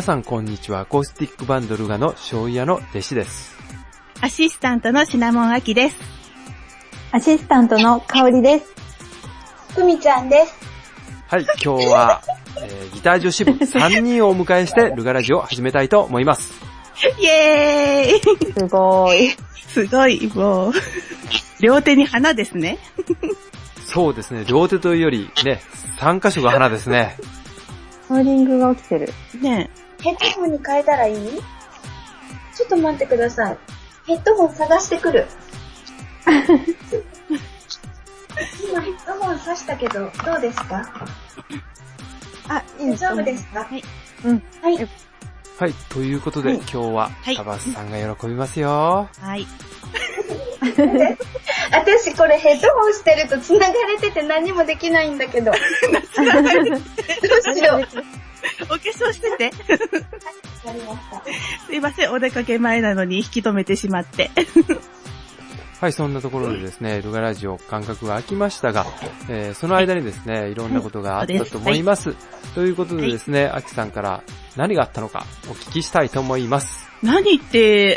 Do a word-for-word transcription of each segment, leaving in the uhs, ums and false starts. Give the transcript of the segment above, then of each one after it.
さんこんにちは。アコースティックバンドルガの醤油屋の弟子です。 アシスタントのシナモンアキです。 アシスタントの香りです。 ふみちゃんです。 はい、今日は、えー、ギター女子部さんにんをお迎えしてルガラジオを始めたいと思います。 イエーイすごい。 すごい、もう、両手に花ですね。 そうですね、両手というよりね、さん箇所が花ですね。 ソーリングが起きてる。 ねえ。ヘッドホンに変えたらいい？ちょっと待ってください。ヘッドホン探してくる。今ヘッドホン挿したけど、どうですか？あ、大丈夫ですか？はい。 うん。 はい。 はい、ということで、はい、今日は、タバスさんが喜びますよ。 はい。 私これヘッドホンしてると繋がれてて何もできないんだけど。どうしよう。 お化粧してて。 わかりました。 すいません、お出かけ前なのに引き止めてしまって。 はい、そんなところでですね、ルガラジオ間隔が空きましたが、えー、その間にですね、いろんなことがあったと思います。はい、ということでですね、アキさんから何があったのかお聞きしたいと思います。 何って、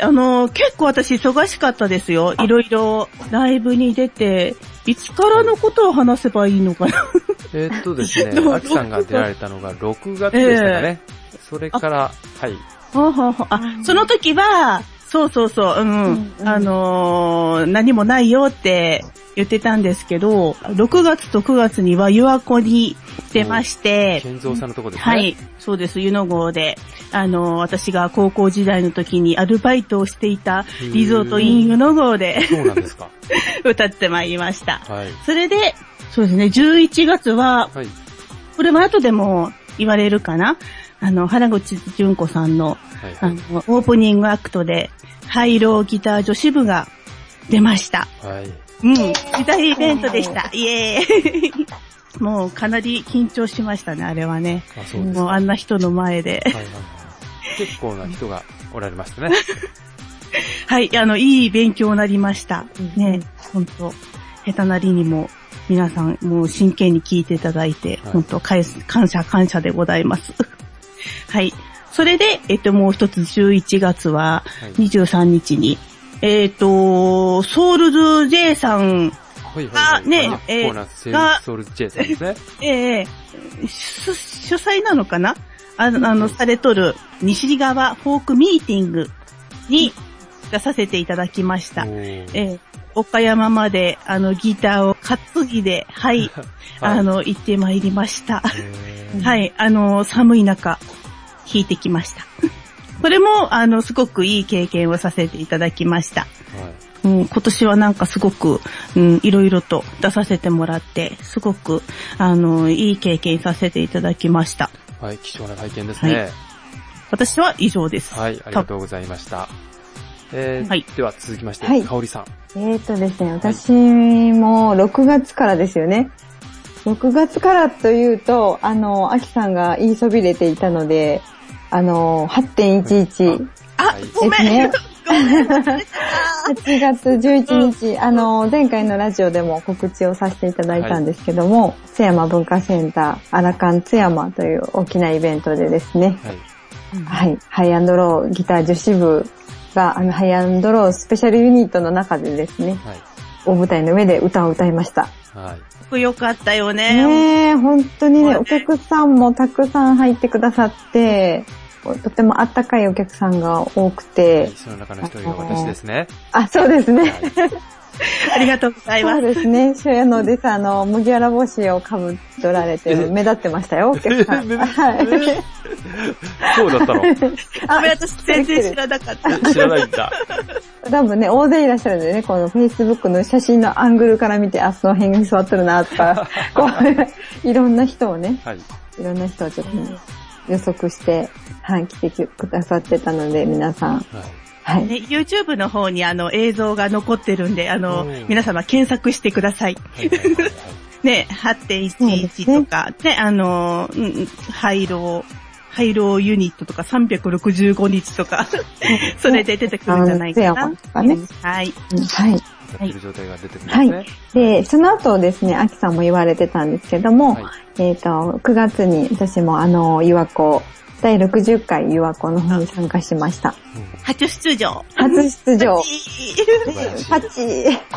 あの、結構私忙しかったですよ。いろいろライブに出て、いつからのことを話せばいいのかな。 えーっとですね、アキさんが出られたのがろくがつでしたかね。えー、それから、はい。 はははあ、その時は、そうそうそう、うん。うんうん、あのー、何もないよって言ってたんですけど、ろくがつとくがつには湯和湖に出まして、 健三さんのとこですね。 はい、そうです、湯の郷で、あのー、私が高校時代の時にアルバイトをしていたリゾートイン湯の郷で、 そうなんですか。 歌ってまいりました。 はい。 それで、そうですね、じゅういちがつは、はい、これも後でも言われるかな、あの、原口純子さんの、はいはい、あの、オープニングアクトで、ハイローギター女子部が出ました。 はい。 うん、ギターイベントでした。イエーイ。もうかなり緊張しましたね、あれはね。 あ、そうですか。 もうあんな人の前で。はいはいはい、 結構な人がおられましたね。 はい、あの、いい勉強になりました。ね、ほんと、下手なりにも、皆さん、もう真剣に聞いていただいて、はい、ほんと、感謝感謝でございます。はい。それで、えっと、もう一つじゅういちがつは、にじゅうさんにちに、はい、えっと、ソウルズ J さんがね、 えー、が、ソウルズ J さんですね。 ええー、主、主催なのかなあの、あの、されとる西側フォークミーティングに出させていただきました。えー、岡山まで、あの、ギターを担ぎで、はい、はい、あの、行ってまいりました。はい、あの、寒い中、弾いてきました。これも、あの、すごくいい経験をさせていただきました。はい、うん、今年はなんかすごく、うん、いろいろと出させてもらって、すごく、あの、いい経験させていただきました。 はい、貴重な体験ですね。はい、 私は以上です。 はい、ありがとうございました。えー、はい、では続きまして、 はい、 香織さん。 えーとですね、私もろくがつからですよね。ろくがつからというと、あの、アキさんが言いそびれていたので、あの、はちてんいちいちあ、ごめん。 はちがつじゅういちにち、あの、前回のラジオでも告知をさせていただいたんですけども、はい、津山文化センター、アラカン津山という大きなイベントでですね、はい、はい、ハイアンドローギター女子部が、あの、ハイアンドロースペシャルユニットの中でですね、はい、大舞台の上で歌を歌いました。 はい。 よかったよね。 ねえ、本当にね、お客さんもたくさん入ってくださって、とてもあったかいお客さんが多くて。はい、 その中の一人が私ですね。 あ、そうですね。はい、 ありがとうございます。 そうですね。塩屋のお弟子さん、あの、麦わら帽子をかぶっとられて、目立ってましたよ、お客さん。はい。 そうだったの？ あ、私全然知らなかった。 知らないんだ。 多分ね、大勢いらっしゃるんでね、この Facebook の写真のアングルから見て、あ、その辺に座ってるな、とか、こう、いろんな人をね、はい、いろんな人をちょっと、ね、予測して、はい、来てくださってたので、皆さん。はいはいね、YouTube の方にあの映像が残ってるんで、あの、皆様検索してください。はいはいはいはい、ね、はちてんいちいち とか、ね、ね、あの、うん、ハイロー、ハイローユニットとかさんびゃくろくじゅうごにちとか、それで出てくるんじゃないかな。 かね、 はい。 はい。 やってる状態が出てくるんですね。はい。 で、その後ですね、アキさんも言われてたんですけども、はい、えっと、くがつに私もあの、岩子だいろくじゅっかいユアコの方に参加しました。 初出場。 初出場。パチー。い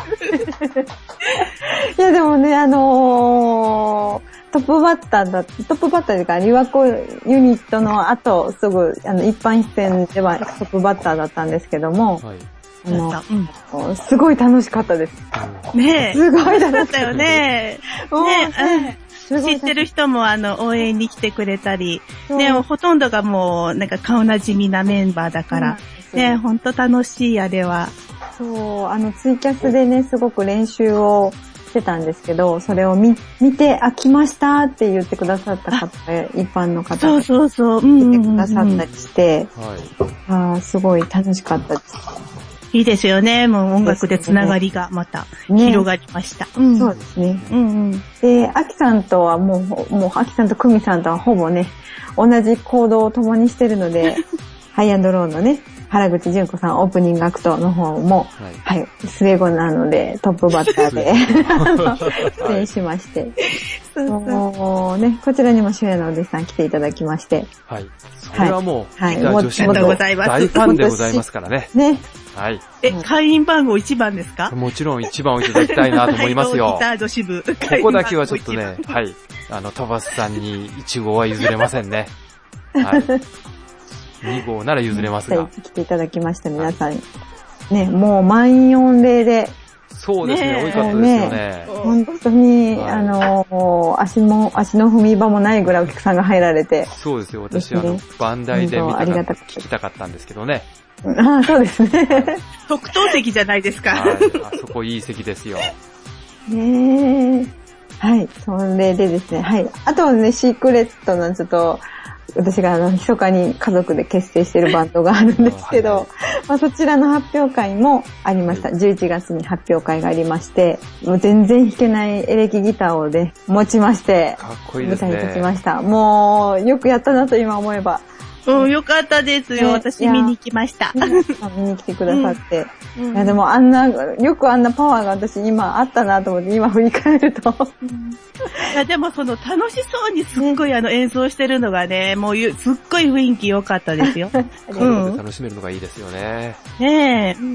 やでもね、あのー、トップバッターだ、トップバッターというか、ユアコユニットの後、すぐ、あの、一般出演ではトップバッターだったんですけども、はい、あの、うん、すごい楽しかったです。 ねえ。 すごい楽しかったよね。ねえ。知ってる人もあの応援に来てくれたり、ね、ほとんどがもうなんか顔なじみなメンバーだから、ね、ほんと楽しいあれは。 そう、あのツイキャスでね、すごく練習をしてたんですけど、それを見、見て、あ、来ましたって言ってくださった方、一般の方が。そうそうそう。 来てくださったりして、あ、すごい楽しかったです。 いいですよね。もう音楽でつながりがまた広がりました。 ね、うん、そうですね。うんうん、で、アキさんとはもう、もうアキさんとクミさんとはほぼね、同じ行動を共にしてるので、ハイアンドローのね、原口純子さんオープニングアクトの方も、はい、はい、末子なのでトップバッターで出演しまして、そうそうもうね、こちらにも主演のお弟子さん来ていただきまして、 はい、それはもう、はい、女子の大ファンでございますからね。 ね。 はい。 え、会員番号いちばんですか？ もちろんいちばんをいただきたいなと思いますよ。 ギター女子部。ここだけはちょっとね、はい。あの、トバスさんにいち号は譲れませんね。はい。に号なら譲れますが。 来ていただきました皆さん。ね、もう満員御礼で。 そうですね、多かったですよね。 本当に、はい、あの、足も、足の踏み場もないぐらいお客さんが入られて。 そうですよ、私、ね、あの、バンダイで見たかった、聞きたかったんですけどね。 ああ、そうですね。 特等席じゃないですか。 はい、あそこいい席ですよ。 ねえ。はい、それでですね、はい。あとはね、シークレットのちょっと、私があの、密かに家族で結成しているバンドがあるんですけど、はいはい、まあ、そちらの発表会もありました。じゅういちがつに発表会がありまして、もう全然弾けないエレキギターをね、持ちまして、 かっこいいですね。 舞台に立ちました。もう、よくやったなと今思えば。 うん、よかったですよ。私見に行きました。 見に来てくださって。うん、いやでもあんな、よくあんなパワーが私今あったなと思って今振り返ると。 うん、いやでもその楽しそうにすっごいあの演奏してるのがね、もうすっごい雰囲気良かったですよ。 うん、楽しめるのがいいですよね。 ねえ。うん。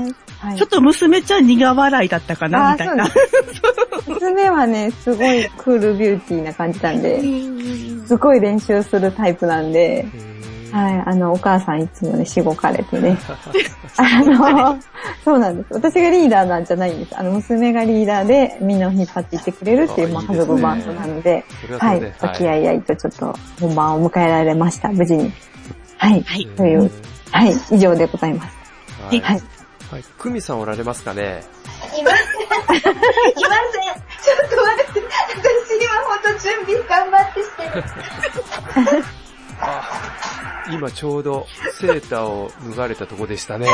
ね、はい、ちょっと娘ちゃん苦笑いだったかなみたいな。 娘はね、すごいクールビューティーな感じなんで、すごい練習するタイプなんで、はい、あの、お母さんいつもね、しごかれてね。あの、そうなんです。私がリーダーなんじゃないんです。あの、娘がリーダーでみんなを引っ張っていってくれるっていう、まあ、家族バンドなので、はい、和気あいあいとちょっと本番を迎えられました、無事に。はい、はい、という、はい、以上でございます。 はい。はい。はい、クミさんおられますかね？ いません。いません。ちょっと待って。私今ほんと準備頑張ってしてる。 あ、今ちょうどセーターを脱がれたとこでしたね。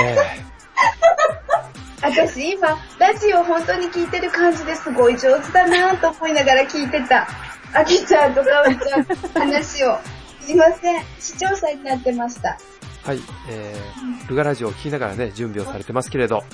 私今、ラジオ本当に聞いてる感じですごい上手だなと思いながら聞いてた。あきちゃんとかおちゃん話を。すいません。視聴者になってました。 はい、えー、ルガラジオを聞きながらね、準備をされてますけれど。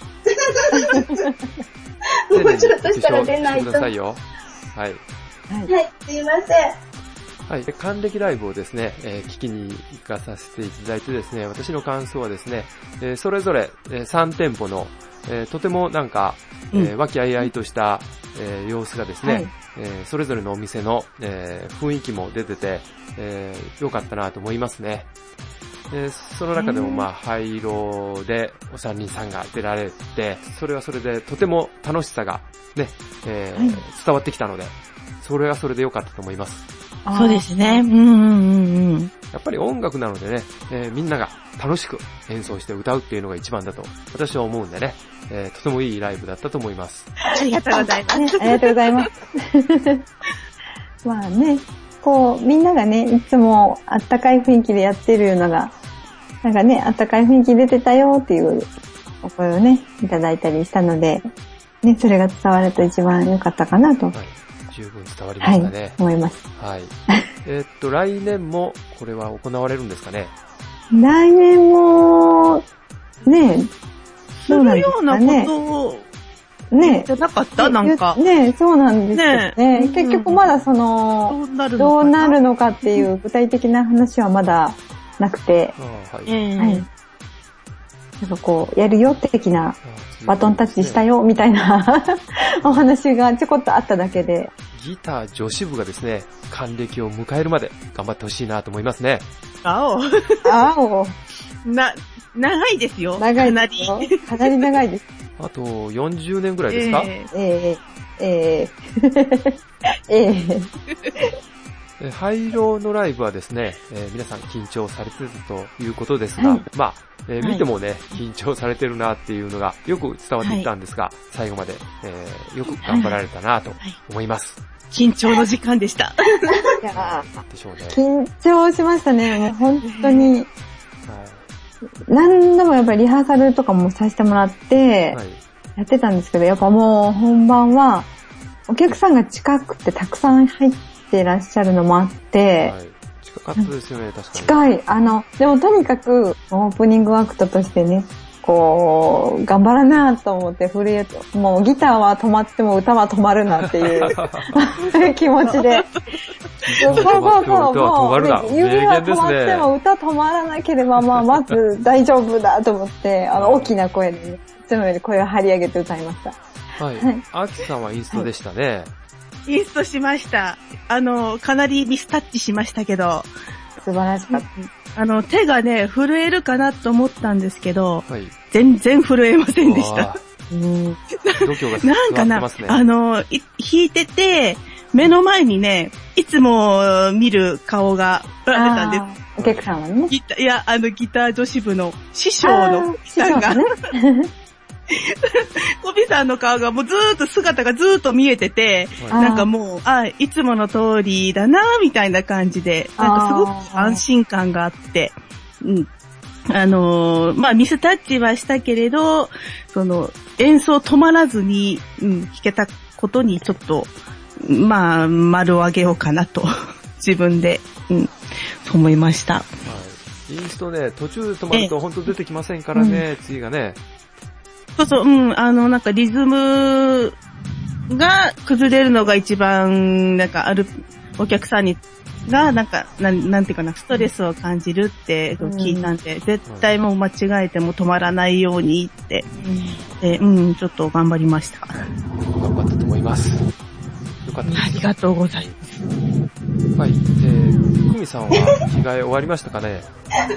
もうちょっとしたら出ないと。 くださいよ。はい。 はい、はい、すいません。 はい。還暦ライブをですね、えー、聞きに行かさせていただいてですね、私の感想はですね、えー、それぞれ、えー、さん店舗の、えー、とてもなんか、えー、和気あいあいとした、えー、様子がですね、はい、えー、それぞれのお店の、えー、雰囲気も出てて、えー、良かったなと思いますね。えー、その中でもまあ灰色でお三人さんが出られて、それはそれでとても楽しさがね、えーはい、伝わってきたので、それはそれで良かったと思います。 そうですね。うんうんうんうん。 やっぱり音楽なのでね、えー、みんなが楽しく演奏して歌うっていうのが一番だと私は思うんでね、えー、とてもいいライブだったと思います。 ありがとうございます。 ありがとうございます。まあね、こうみんながね、いつもあったかい雰囲気でやってるのが、なんかね、あったかい雰囲気出てたよっていうお声をね、いただいたりしたので、ね、それが伝わると一番良かったかなと。はい、 十分伝わりましたね。はい、 思います。 はい。えー、っと、来年もこれは行われるんですかね？ 来年も、ね、 どうなんですかね。するようなことをねじゃなかったなんか。 ねそうなんですよね。ね結局まだその、 どうなるのかなどうなるのかっていう具体的な話はまだなくて、 はい。 ええはい。なんかこう、やるよ的な、バトンタッチしたよみたいなお話がちょこっとあっただけで。 ギター女子部がですね、還暦を迎えるまで頑張ってほしいなと思いますね。 青。 青。 な、長いですよ。 長いかなり。 ですよ。かなり長いです。 あとよんじゅうねんぐらいですか？ ええええええええ廃炉のライブはですね、えー皆さん緊張されているということですが、 はいまあ、えーはい見てもね、緊張されてるなっていうのがよく伝わってきたんですが、最後まで、えーよく頑張られたなと思います。 緊張の時間でした。 いやでしょうね。 緊張しましたね。もう本当に、 はい何度もやっぱりリハーサルとかもさせてもらってはい。 やってたんですけど、やっぱもう本番はお客さんが近くてたくさん入ってらっしゃるのもあって、 はい。近かったですよね、確かに。 近い、あの、でもとにかくオープニングアクトとしてね、こう、頑張らなと思って震えて、もうギターは止まっても歌は止まるなっていう気持ちで。そうそうそう、 歌は止まるなもう指は止まっ名言ですねても歌止まらなければ、まあ、まず大丈夫だと思って、あの、大きな声でね、いつもより声を張り上げて歌いました。 はいはい。 アキさんはインストでしたね。 インストしました。あの、かなりミスタッチしましたけど、 素晴らしかった。 あの、手がね、震えるかなと思ったんですけど、 はい。 全然震えませんでしたあ。 うん。 ー度胸がなんかな、 座ってますね。 あの、い弾いてて、目の前にね、いつも見る顔が現れたんです。 あーお客さんはね。 ギター、いや、あのギター女子部の師匠の師匠さんが、 ね。 コビさんの顔がもうずーっと姿がずーっと見えてて、 はいなんかもう、あ、いつもの通りだな、みたいな感じで、なんかすごく安心感があって、うん。あのーまあ、ミスタッチはしたけれど、その、演奏止まらずに、うん、弾けたことにちょっと、まあ、丸をあげようかなと、自分で、うん、そう思いました。 はい。インストね、途中で止まると本当出てきませんからね、次がね。 そうそう、うん、あの、なんかリズムが崩れるのが一番、なんかある、お客さんに、が、なんか、なん、なんていうかな、ストレスを感じるって聞いたんで、うん、絶対もう間違えても止まらないようにって、うん、で、うん、ちょっと頑張りました。 頑張ったと思います。よかったです。 ありがとうございます。 はい、えー、久美さんは着替え終わりましたかね？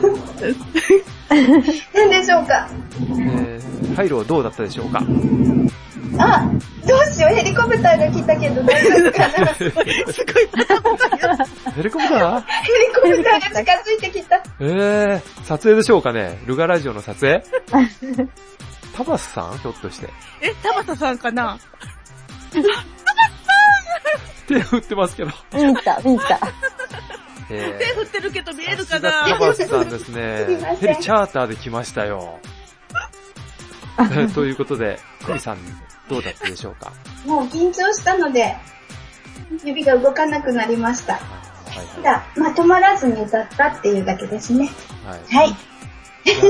何でしょうか？ えー、廃炉どうだったでしょうか？ あ、どうしよう、ヘリコプターが来たけど大丈夫かな？ すごい、 ヘリコプター？ ヘリコプターが近づいてきた。 えー、撮影でしょうかね？ルガラジオの撮影？タバスさんひょっとして。 え、タバサさんかな？ 手振ってますけど。 見た、見た。 えー、 手振ってるけど見えるかな？ タバスさんですね。ヘリチャーターで来ましたよ。ということで、久美さんどうだったでしょうか？ もう緊張したので、指が動かなくなりました。ただ、まあ、止まらずに歌ったっていうだけですね。はい。はい。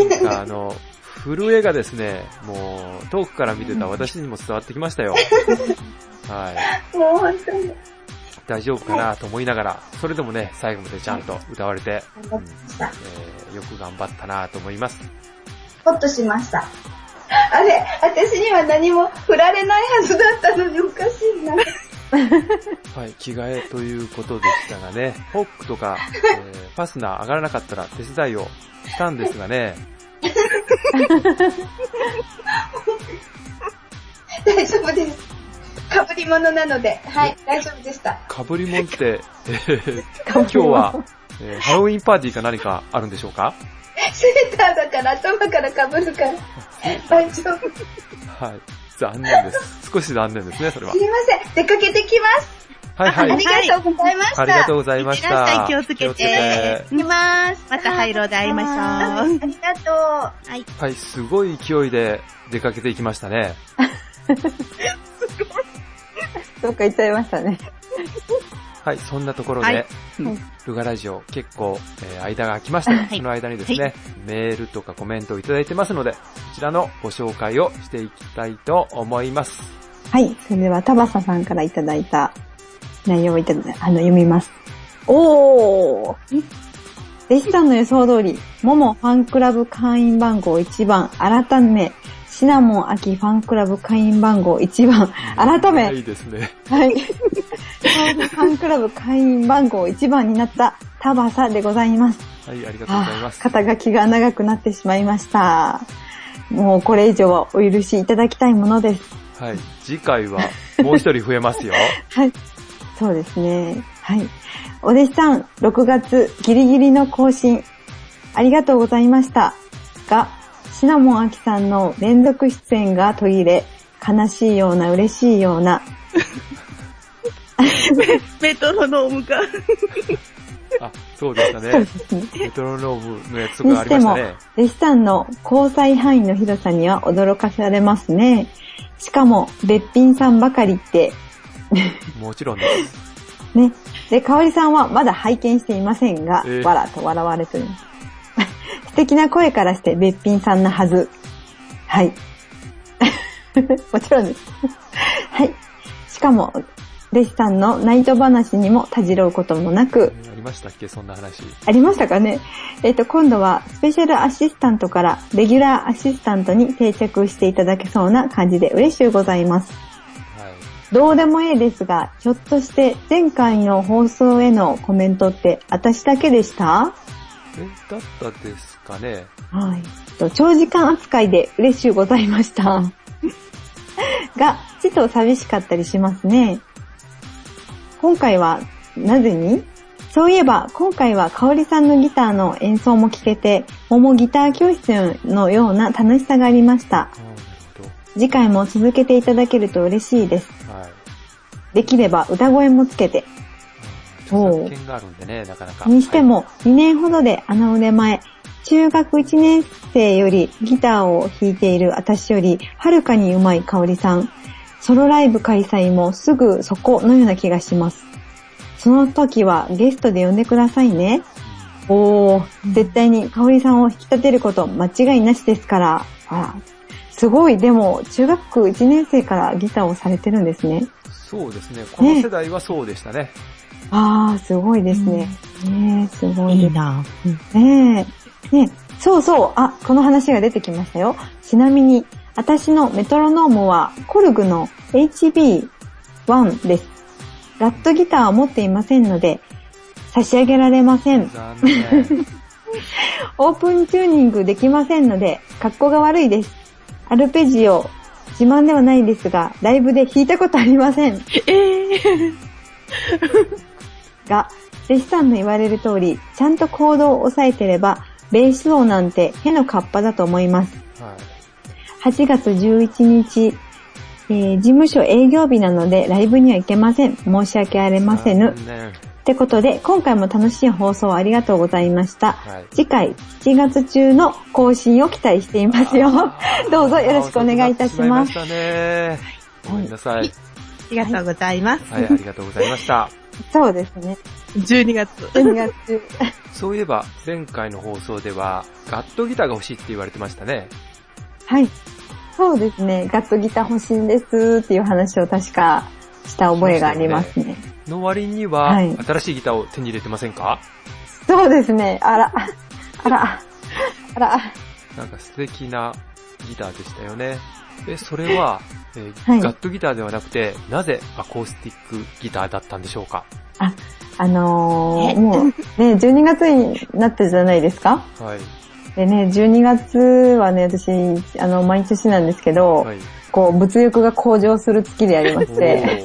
なんかあの、震えがですね、もう遠くから見てた私にも伝わってきましたよ。はい。 もう本当に。 大丈夫かなと思いながら、それでもね、最後までちゃんと歌われて、うんえー、よく頑張ったなと思います。 ほっとしました。あれ、私には何も振られないはずだったのにおかしいな。 はい、着替えということでしたがね、ホックとか、えー、ファスナー上がらなかったら手伝いをしたんですがね。 大丈夫です。かぶり物なので、はい、大丈夫でした。 かぶり物って、えー、今日は、えー、ハロウィンパーティーか何かあるんでしょうか？ セーターだから頭からかぶるから、大丈夫。 はい、残念です。少し残念ですね、それは。 すいません、出かけてきます。 はいはい。 ありがとうございました。 ありがとうございました。 いってらっしゃい、気をつけて。 気をつけて。 行きます。 また廃炉で会いましょう。 ありがとう。はい。 はい、すごい勢いで出かけていきましたね。 どっか行っちゃいましたね。 はい、そんなところで、 はい、 ルガラジオ結構、えー、間が空きましたが、はい、その間にですね、はい、メールとかコメントをいただいてますので、こちらのご紹介をしていきたいと思います。 はい、それでは田バサさんからいただいた内容をいただあの読みます。おー弟子さんの予想通り、モモファンクラブ会員番号いちばん、改め、シナモンアキファンクラブ会員番号いちばん、改め、 いいですね。 はい。ファンクラブ会員番号いちばんになったタバサでございます。 はい、ありがとうございます。 肩書きが長くなってしまいました。もうこれ以上はお許しいただきたいものです。 はい、次回はもう一人増えますよ。 はい。そうですね。はい。お弟子さん、ろくがつギリギリの更新、ありがとうございましたが、シナモンアキさんの連続出演が途切れ、悲しいような嬉しいような。 メトロノームが。 あ、そうでしたね。そうですね。メトロノームのやつがありましたね。にしても、 弟子さんの交際範囲の広さには驚かされますね。しかも、べっぴんさんばかりって。 もちろんです。 ね。で、かおりさんはまだ拝見していませんが、えー、わらと笑われてる。素敵な声からしてべっぴんさんなはず。はい。もちろんです。はい。しかも、弟子さんのナイト話にもたじろうこともなく。 ありましたっけ、そんな話。 ありましたかね。えっと、今度はスペシャルアシスタントからレギュラーアシスタントに定着していただけそうな感じで嬉しゅうございます。はい。どうでもいいですが、ひょっとして前回の放送へのコメントって私だけでした？ え、だったですかね。 はい。長時間扱いで嬉しゅうございました。が、ちと寂しかったりしますね。今回は、なぜに？そういえば、今回はかおりさんのギターの演奏も聴けて、桃ギター教室のような楽しさがありました。次回も続けていただけると嬉しいです。はい、できれば歌声もつけて。 著作権があるんでね、なかなか。 にしても、にねんほどであの腕前、中学いちねん生よりギターを弾いている私よりはるかに上手いかおりさん。ソロライブ開催もすぐそこのような気がします。その時はゲストで呼んでくださいね。おー、絶対にかおりさんを引き立てること間違いなしですから。あら、すごい、でも中学いちねん生からギターをされてるんですね。 そうですね。この世代はそうでしたね。ね、 あー、すごいですね。うん、ねえ、すごい。 いいな。 うん、ねえ、ねえ、そうそう、あ、この話が出てきましたよ。ちなみに、私のメトロノームはコルグの エイチビーワン です。ラットギターは持っていませんので、差し上げられません。 残念。 オープンチューニングできませんので、格好が悪いです。アルペジオ、自慢ではないですが、ライブで弾いたことありません。 えー、 が、弟子さんの言われる通り、ちゃんとコードを押さえてれば、ベース王なんてへのカッパだと思います。はい、はちがつじゅういちにち、えー、事務所営業日なのでライブには行けません。申し訳ありませぬ。ってことで、今回も楽しい放送ありがとうございました。はい、次回、しちがつ中の更新を期待していますよ。どうぞよろしくお願いいたします。 しましたね。ごめんなさい。はい、 ありがとうございます。 はい、ありがとうございました。 そうですね。 じゅうにがつ。 じゅうにがつ中。 そういえば、前回の放送では、ガットギターが欲しいって言われてましたね。 はい。そうですね。ガットギター欲しいんですっていう話を確かした覚えがありますね。 の割には、はい、新しいギターを手に入れてませんか？ そうですね。あら、あら、あら。 なんか素敵なギターでしたよね。え、それは、えーはい、ガットギターではなくて、なぜアコースティックギターだったんでしょうか？ あ、あのー、もうね、じゅうにがつになったじゃないですか？はい。でね、じゅうにがつはね、私、あの、毎年なんですけど、はい、こう、物欲が向上する月でありまして、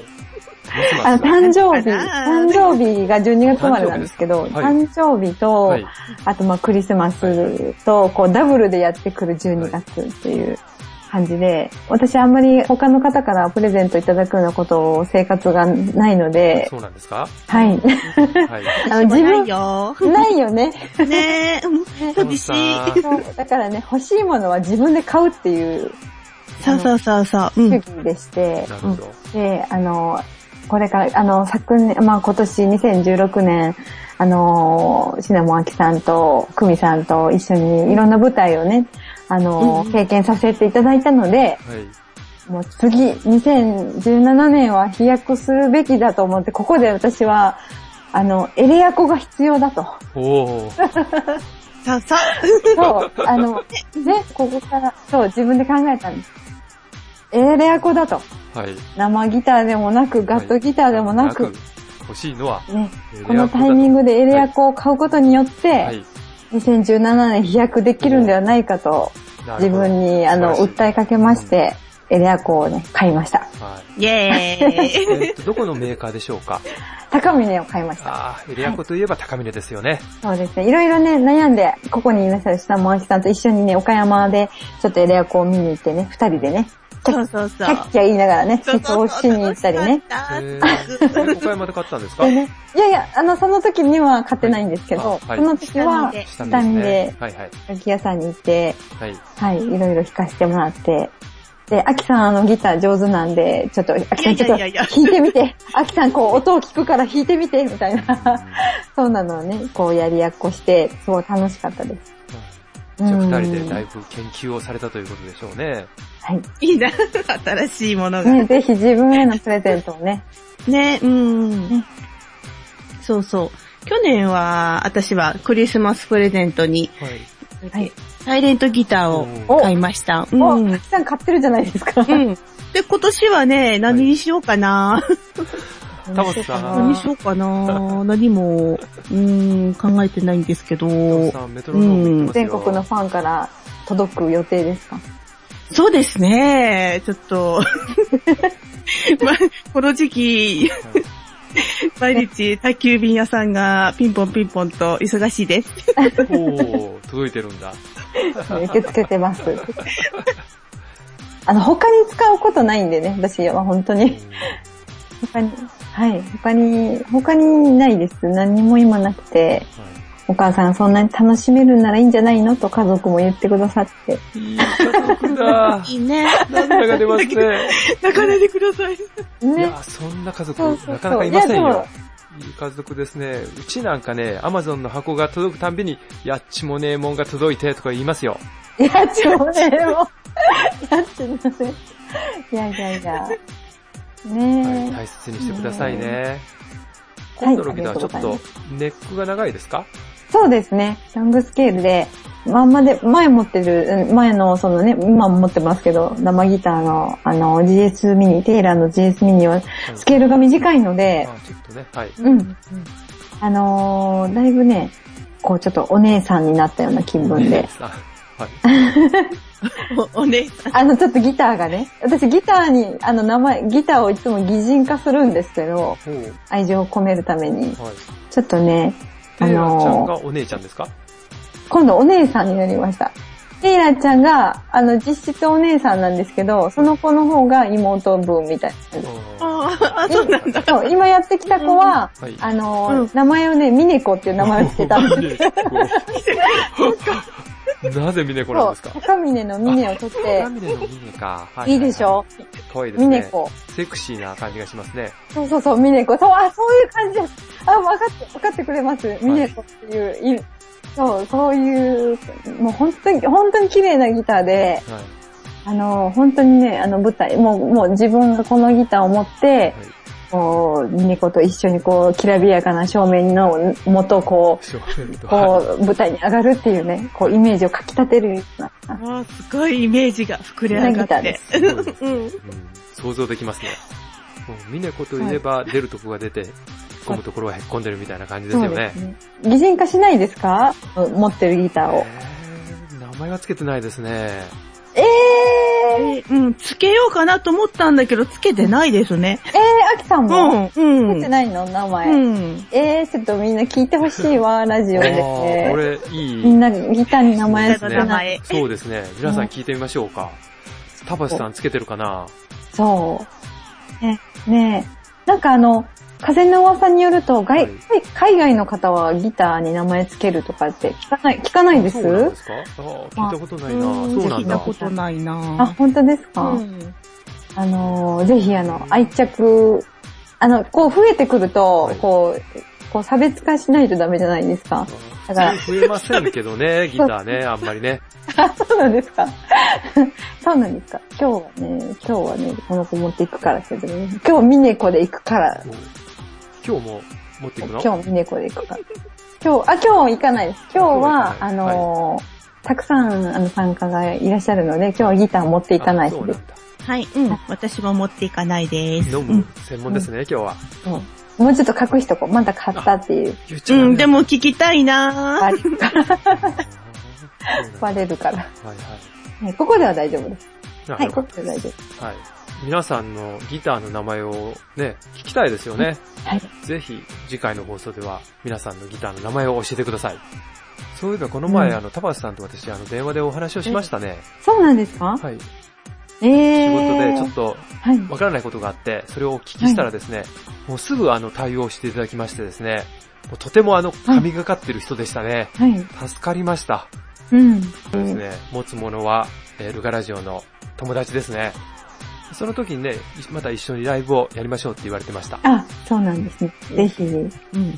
あの、誕生日、誕生日がじゅうにがつ生まれなんですけど、誕生 日, 誕生日と、はい、あとまあクリスマスと、こう、ダブルでやってくるじゅうにがつっていう感じで、私あんまり他の方からプレゼントいただくようなことを生活がないので、 そうなんですか？ はい。はい、 あの自分ないよ。 ないよね。 ねえ、寂しい。 だからね、欲しいものは自分で買うっていう、 そうそうそうそう。 主義でして、 なるほど。 で、あの、 これから、あの、昨年、まあ今年にせんじゅうろくねん、あの、シナモンアキさんとクミさんと一緒にいろんな舞台をね、あの、うん、経験させていただいたので、はい、もう次、にせんじゅうななねんは飛躍するべきだと思って、ここで私は、あの、エレアコが必要だと。 おー。 さ、さ、 そう、あの、ね、ここから、そう、自分で考えたんです。エレアコだと。 はい。 生ギターでもなく、ガットギターでもなく、はい、 欲しいのは、 ね、このタイミングでエレアコを買うことによって、はい、にせんじゅうななねん飛躍できるんではないかと、自分に、あの、訴えかけまして、うん、エレアコをね、買いました。 はい、イェーイえっと、どこのメーカーでしょうか？ 高峰を買いました。 ああ、エレアコといえば高峰ですよね、 はい。そうですね。いろいろね、悩んで、ここにいらっしゃる下もあきさんと一緒にね、岡山でちょっとエレアコを見に行ってね、二人でね、 そうそうそう。 キャッキャ言いながらね、試聴しに行ったりね。 へー。岡山で買ったんですか？ ね、いやいや、あの、その時には買ってないんですけど、はい、その時は、下見で、楽器屋さんに行って、はい、はい、いろいろ弾かせてもらって、で、アキさんあのギター上手なんで、ちょっと、アキさんちょっと弾いてみて、アキさんこう音を聞くから弾いてみて、みたいな、そうなのをね、こうやりやっこして、すごい楽しかったです。 じゃあ二人でだいぶ研究をされたということでしょうね。 はい。 いいな、新しいものが。 ね、ぜひ自分へのプレゼントをね。 ね、うん、ね。そうそう。去年は、私はクリスマスプレゼントに、はいはい、サイレントギターを買いました。 うん。アキさん買ってるじゃないですか。 うん。で、今年はね、何にしようかな。 タモさん。 何にしようかな。何も、うーん、考えてないんですけど。タモさん、メトロノーム行ってますよ。 全国のファンから届く予定ですか？ そうですね。ちょっと、ま、この時期、毎日宅急便屋さんがピンポンピンポンと忙しいです。 おー、届いてるんだ。 受け付けてます。あの、他に使うことないんでね、私は本当に。他に、はい、他に、他にないです。何も今なくて、はい、お母さんそんなに楽しめるならいいんじゃないのと家族も言ってくださって。 いい家族だ。 いいね。 涙が出ますね。 泣かないでください。 ね、いや、そんな家族、そうそうそうなかなかいませんよ。いい家族ですね。うちなんかね、アマゾンの箱が届くたんびに、やっちもねえもんが届いてとか言いますよ。 やっちもねえもん。やっちません。いやいやいや。ねえ、 はい、大切にしてくださいね。今度のギターはちょっとネックが長いですか？ そうですね。ロングスケールで、まんまで、前持ってる、前のそのね、今も持ってますけど、生ギターのあの ジーエス ミニ、テイラーの ジーエス ミニはスケールが短いので、 あ、ちょっとね、はい。 うん。あのー、だいぶね、こうちょっとお姉さんになったような気分で。 はい。 お, お姉さん。 あの、ちょっとギターがね、私ギターに、あの名前、ギターをいつも擬人化するんですけど、愛情を込めるために、はい、ちょっとね、 あのー、テイラーちゃんがお姉ちゃんですか？ 今度お姉さんになりました。テイラーちゃんが、あの、実質お姉さんなんですけど、その子の方が妹分みたいな。ああ、そうなんだ。 そう、今やってきた子は、はい、あのーうん、名前をね、ミネコっていう名前をつけたんです。 なぜミネコなんですか？ 高峰のミネを取って。 高峰のミネか。 はい、いいでしょ？ 可愛いですね。 ミネコ。 セクシーな感じがしますね。 そうそうそう、ミネコ。そう、あ、そういう感じです。あ、わかって、わかってくれます。ミネコっていう、はい、そう、そういう、もう本当に、本当に綺麗なギターで、はい、あの、本当にね、あの舞台、もう、もう自分がこのギターを持って、はい、こう、ミネコと一緒にこう、きらびやかな照明の元をこう、こう、舞台に上がるっていうね、こう、イメージをかき立てるような。 あ、すごいイメージが膨れ上がって。ギターです。 うん、想像できますね。ミネコといえば出るとこが出て、込むところがへっこんでるみたいな感じですよね。 そうですね。擬人化しないですか？持ってるギターを。 えー、名前はつけてないですね。 えー、 うん、つけようかなと思ったんだけど、つけてないですね。 えー、アキさんも、 うん、 つけてないの名前。 うん。 えー、ちょっとみんな聞いてほしいわ、ラジオで。 これ、いい。 みんなギターに名前つけない。 そうですね。皆さん聞いてみましょうか。タバシさんつけてるかな？ そう。ね、ねえ。なんかあの、風の噂によると、外、はい、海外の方はギターに名前つけるとかって聞かない、聞かないです？ そうなんですか？あ、聞いたことないな。そうなんだ。 聞いたことないな。 あ、本当ですか？うん、あの、ぜひあの、愛着あの、こう増えてくると、 はい、 こう、こう差別化しないとダメじゃないですか。 だから。増えませんけどね、ギターね、あんまりね。 あ、そうなんですか。そうなんですか。今日はね、今日はね、この子持っていくからけどね。今日ミネコで行くから。 今日も持っていくの？ 今日ミネコで行くから。今日、あ、今日行かないです。今日は、あのー、はい、たくさんあの参加がいらっしゃるので、今日はギター持っていかないです。 はい、うん。私も持っていかないです。 飲む専門ですね、うん、今日は。 うんもうちょっと隠しとこう。まだ買ったっていう。 うん、でも聞きたいなバレるから。バレるから。はいはいはい。ここでは大丈夫です。はい、ここでは大丈夫。 はい。皆さんのギターの名前をね、聞きたいですよね。はい。ぜひ、次回の放送では皆さんのギターの名前を教えてください。そういえばこの前、うん、あの、タバスさんと私、あの、電話でお話をしましたね。 そうなんですか？ はい。 えー、 仕事でちょっとわからないことがあって、それをお聞きしたらですね、はい、もうすぐあの対応していただきましてですね、もうとてもあの神がかってる人でしたね。はい、助かりました。うん。そうですね、持つものは、えー、ルガラジオの友達ですね。その時にね、また一緒にライブをやりましょうって言われてました。 あ、そうなんですね。ぜひ。うん、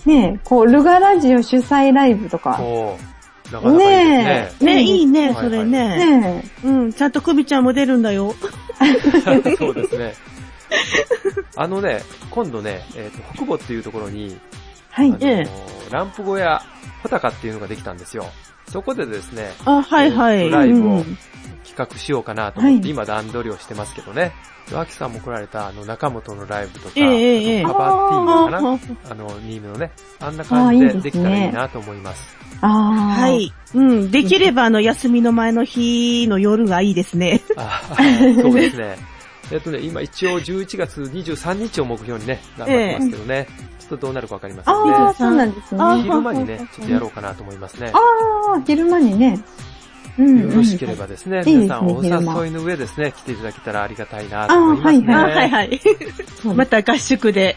ねこう、ルガラジオ主催ライブとか。そうなかなかいいですね。 ねえ、いいね、それね。ねえ。うん、ちゃんとクビちゃんも出るんだよ。 そうですね。あのね、今度ね、えっと、北母っていうところに、はい。ランプ小屋、ホタカっていうのができたんですよ。そこでですね、 あ、はいはい。 ライブを企画しようかなと思って、今段取りをしてますけどね。アキさんも来られたあの中本のライブとか、ええ、カバーティーかな、あの、ニームのね、あんな感じでできたらいいなと思います。 ああ。はい。うん。できれば、あの、休みの前の日の夜がいいですね。 あそうですね。えっとね、今一応じゅういちがつにじゅうさんにちを目標にね、頑張ってますけどね。えー、ちょっとどうなるかわかりませんね。 ああ、そうなんですね。 昼間にね、ちょっとやろうかなと思いますね。 ああ、昼間にね。 うん、よろしければですね、皆さんお誘いの上ですね、来ていただけたらありがたいなと思いますね。 あ、はいはいはい。また合宿で。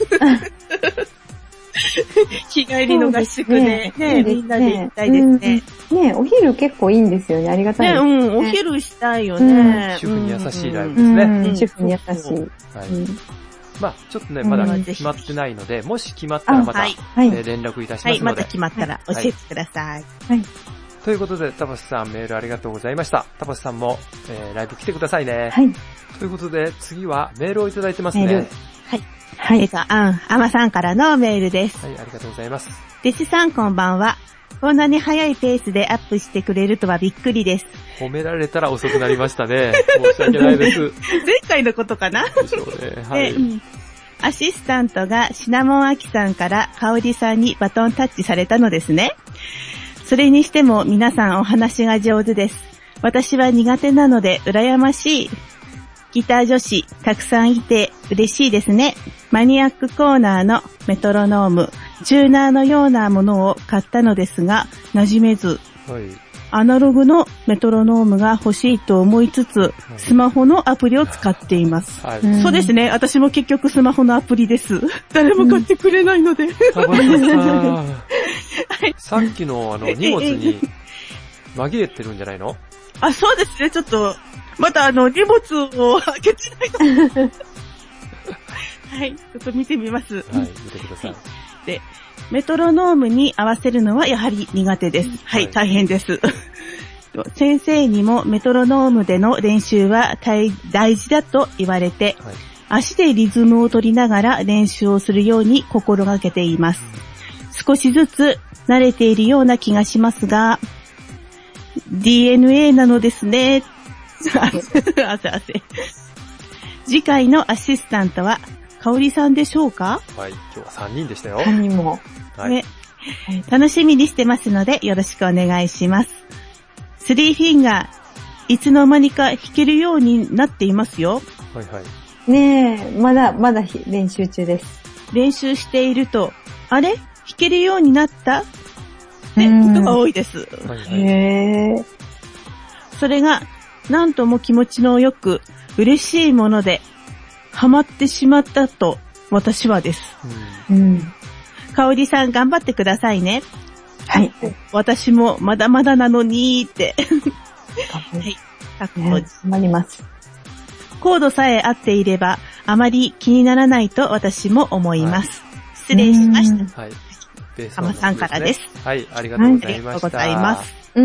日帰りの合宿で、ね、ねみんなで行きたいですね。 うん、ねお昼結構いいんですよね。ありがたいですね。 ね、うん、お昼したいよね。 主婦に優しいライブですね。うんうん、主婦に優しい。はい。 まあちょっとね、まだ決まってないので、もし決まったらまた、はいえー、連絡いたしますので。はい、 また決まったら教えてください。 はい。 ということで、タパスさんメールありがとうございました。タパスさんも、えー、ライブ来てくださいね。 はい。 ということで、次はメールをいただいてますね。 はい。はい。えっと、あん、あまさんからのメールです。 はい、ありがとうございます。 弟子さんこんばんは。こんなに早いペースでアップしてくれるとはびっくりです。 褒められたら遅くなりましたね。申し訳ないです。 前回のことかなでしょうね。はい。うん、 アシスタントがシナモンアキさんから香織さんにバトンタッチされたのですね。それにしても皆さんお話が上手です。私は苦手なので羨ましい。ギター女子たくさんいて嬉しいですね。マニアックコーナーのメトロノーム、チューナーのようなものを買ったのですが、馴染めず、はい、アナログのメトロノームが欲しいと思いつつ、はい、スマホのアプリを使っています、はい。そうですね。私も結局スマホのアプリです。誰も買ってくれないので。 タバさん、さっきのあの荷物に紛れてるんじゃないの？ あ、そうですね。ちょっと、またあの荷物を開けてないの。はい、ちょっと見てみます。 はい、見てください。 で、メトロノームに合わせるのはやはり苦手です。はい、はい、大変です。先生にもメトロノームでの練習は大, 大事だと言われて、はい、足でリズムを取りながら練習をするように心がけています。少しずつ慣れているような気がしますが、ディーエヌエー なのですね。汗汗。次回のアシスタントは、かおりさんでしょうか？ はい、今日はさんにんでしたよ。 さんにんも。 はい、ね。楽しみにしてますので、よろしくお願いします。スリーフィンガー、いつの間にか弾けるようになっていますよ。 はいはい。 ねえ、まだ、まだ練習中です。 練習していると、あれ？弾けるようになった？って人が多いです。 はいはい、へー。 それが、なんとも気持ちのよく、嬉しいもので、ハマってしまったと、私はです。うん。かおりさん頑張ってくださいね。 はい。 私もまだまだなのにーって。はい。 頑張ります。 コードさえ合っていれば、 あまり気にならないと私も思います。はい、失礼しました。 はい。ベースアマさんからです。 はい、ありがとうございました。 ありがとうございます。 うん。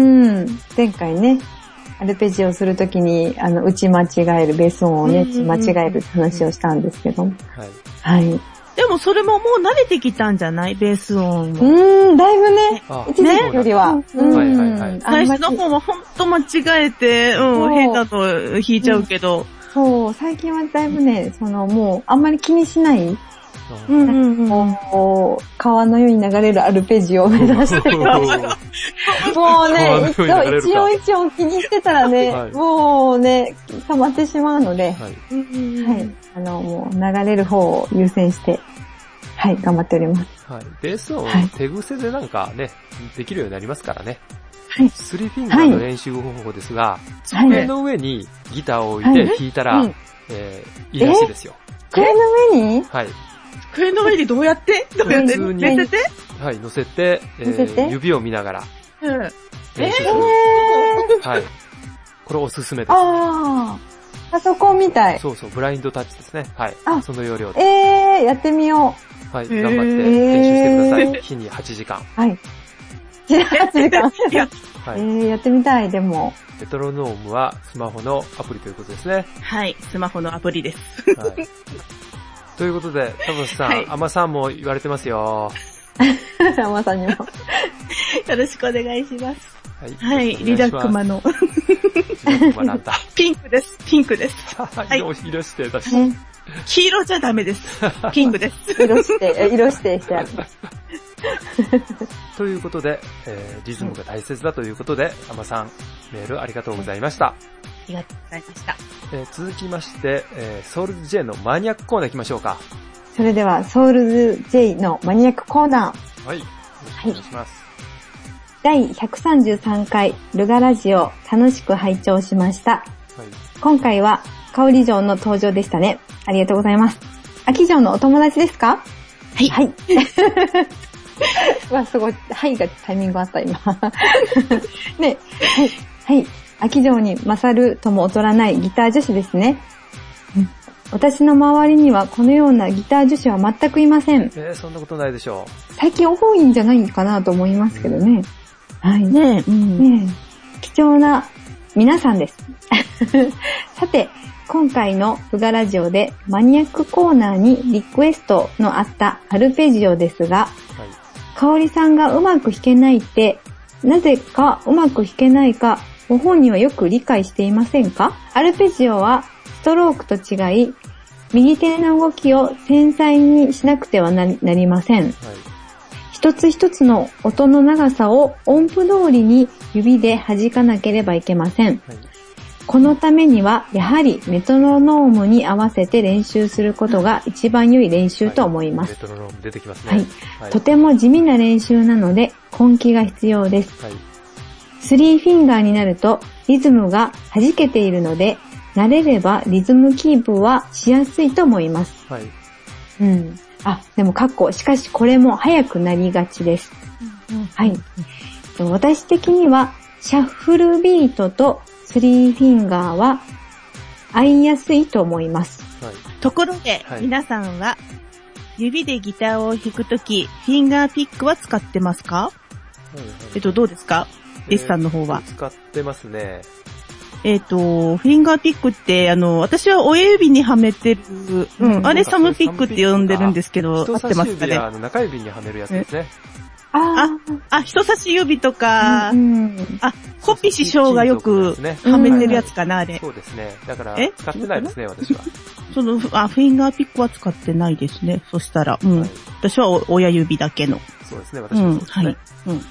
前回ね、アルペジオするときに、あの、打ち間違える、ベース音をね、間違える話をしたんですけど。はい。はい。 でもそれももう慣れてきたんじゃない？ベース音も。 うーん、だいぶね、一時期よりは。 うん。はいはいはい。 最初の方はほんと間違えて、うん、変だと弾いちゃうけど。 そう、最近はだいぶね、そのもう、あんまり気にしない。 うんうんうん、 もう、川のように流れるアルペジオを目指してもうね、一応一応気にしてたらね、はい、もうね、溜まってしまうので、はい、はい、あの、もう流れる方を優先して、はい、頑張っております。 はい、ベースを手癖でなんかね、できるようになりますからね。 はい。 スリーフィンガーの練習方法ですが、机の上にギターを置いて弾いたら、はい、えー、いいらしいですよ。 机の上に？ はい。 机の上にどうやってどうやって普通に乗せてはい、乗せて、えー、指を見ながらうん。 練習する。えー、はい。これおすすめです。 ああ。パソコンみたい。 そうそう、ブラインドタッチですね。はい。あ、その要領で。 えー、やってみよう。はい、頑張って練習してください。えー、日にはちじかん。 はい。はちじかん。はい、えー、やってみたい、でも。 メトロノームはスマホのアプリということですね。 はい、スマホのアプリです。はい。 ということで、田淵さん、はい、アマさんも言われてますよ。 アマさんにも。よろしくお願いします。 はい、 はい、リラックマの。 リラックマなんだ。 ピンクです、ピンクです。 はい、色して、私。 黄色じゃダメです。ピンクです。 色して、色してしてある。 ということで、えー、リズムが大切だということで、アマさん、メールありがとうございました。 ありがとうございました。 えー、続きまして、えー、ソウルズ J のマニアックコーナー行きましょうか。 それでは、ソウルズ J のマニアックコーナー。はい。よろしくお願いします。 はい、だいひゃくさんじゅうさんかい、ルガラジオ、楽しく拝聴しました。はい、今回は、香里城の登場でしたね。ありがとうございます。秋城のお友達ですか？ はい。 はい。わ、すごい。はいがタイミングあった、今。ね、はい。はい。秋城に勝るとも劣らないギター女子ですね。うん、私の周りにはこのようなギター女子は全くいません。 えー、そんなことないでしょう。 最近多いんじゃないかなと思いますけどね。 うん、はい。 ねえ、うん、ねえ。貴重な皆さんです。さて、今回のフガラジオでマニアックコーナーにリクエストのあったアルペジオですが、はい、かおりさんがうまく弾けないって、なぜかうまく弾けないか、ご本人はよく理解していませんか？アルペジオはストロークと違い、右手の動きを繊細にしなくては な, なりません、はい。一つ一つの音の長さを音符通りに指で弾かなければいけません。はい、このためには、やはりメトロノームに合わせて練習することが一番良い練習と思います。 はい、メトロノーム出てきますね。 はい。はい、とても地味な練習なので、根気が必要です。はい、スリーフィンガーになると、リズムが弾けているので、慣れればリズムキープはしやすいと思います。はい。うん。あ、でも、かっこ、しかしこれも早くなりがちです。うん、はい。私的には、シャッフルビートと、スリーフィンガーは合いやすいと思います。 はい、ところで、はい、皆さんは指でギターを弾くとき、フィンガーピックは使ってますか？はいはい、えっと、どうですか？デスさんの方は。 使ってますね。 えっと、フィンガーピックって、あの、私は親指にはめてる、うん、あれサムピックって呼んでるんですけど、合ってますかね？ あの中指にはめるやつですね。 ああ、人差し指とか、うんうん、あ、コピ師匠がよくはめてるやつかな、あれ。 そうですね。だから、使ってないですね、私は。 その、あ、フィンガーピックは使ってないですね。そしたら、うん。はい、私は親指だけの。 そうですね、私もそうですね。うん、はい。うん。はい。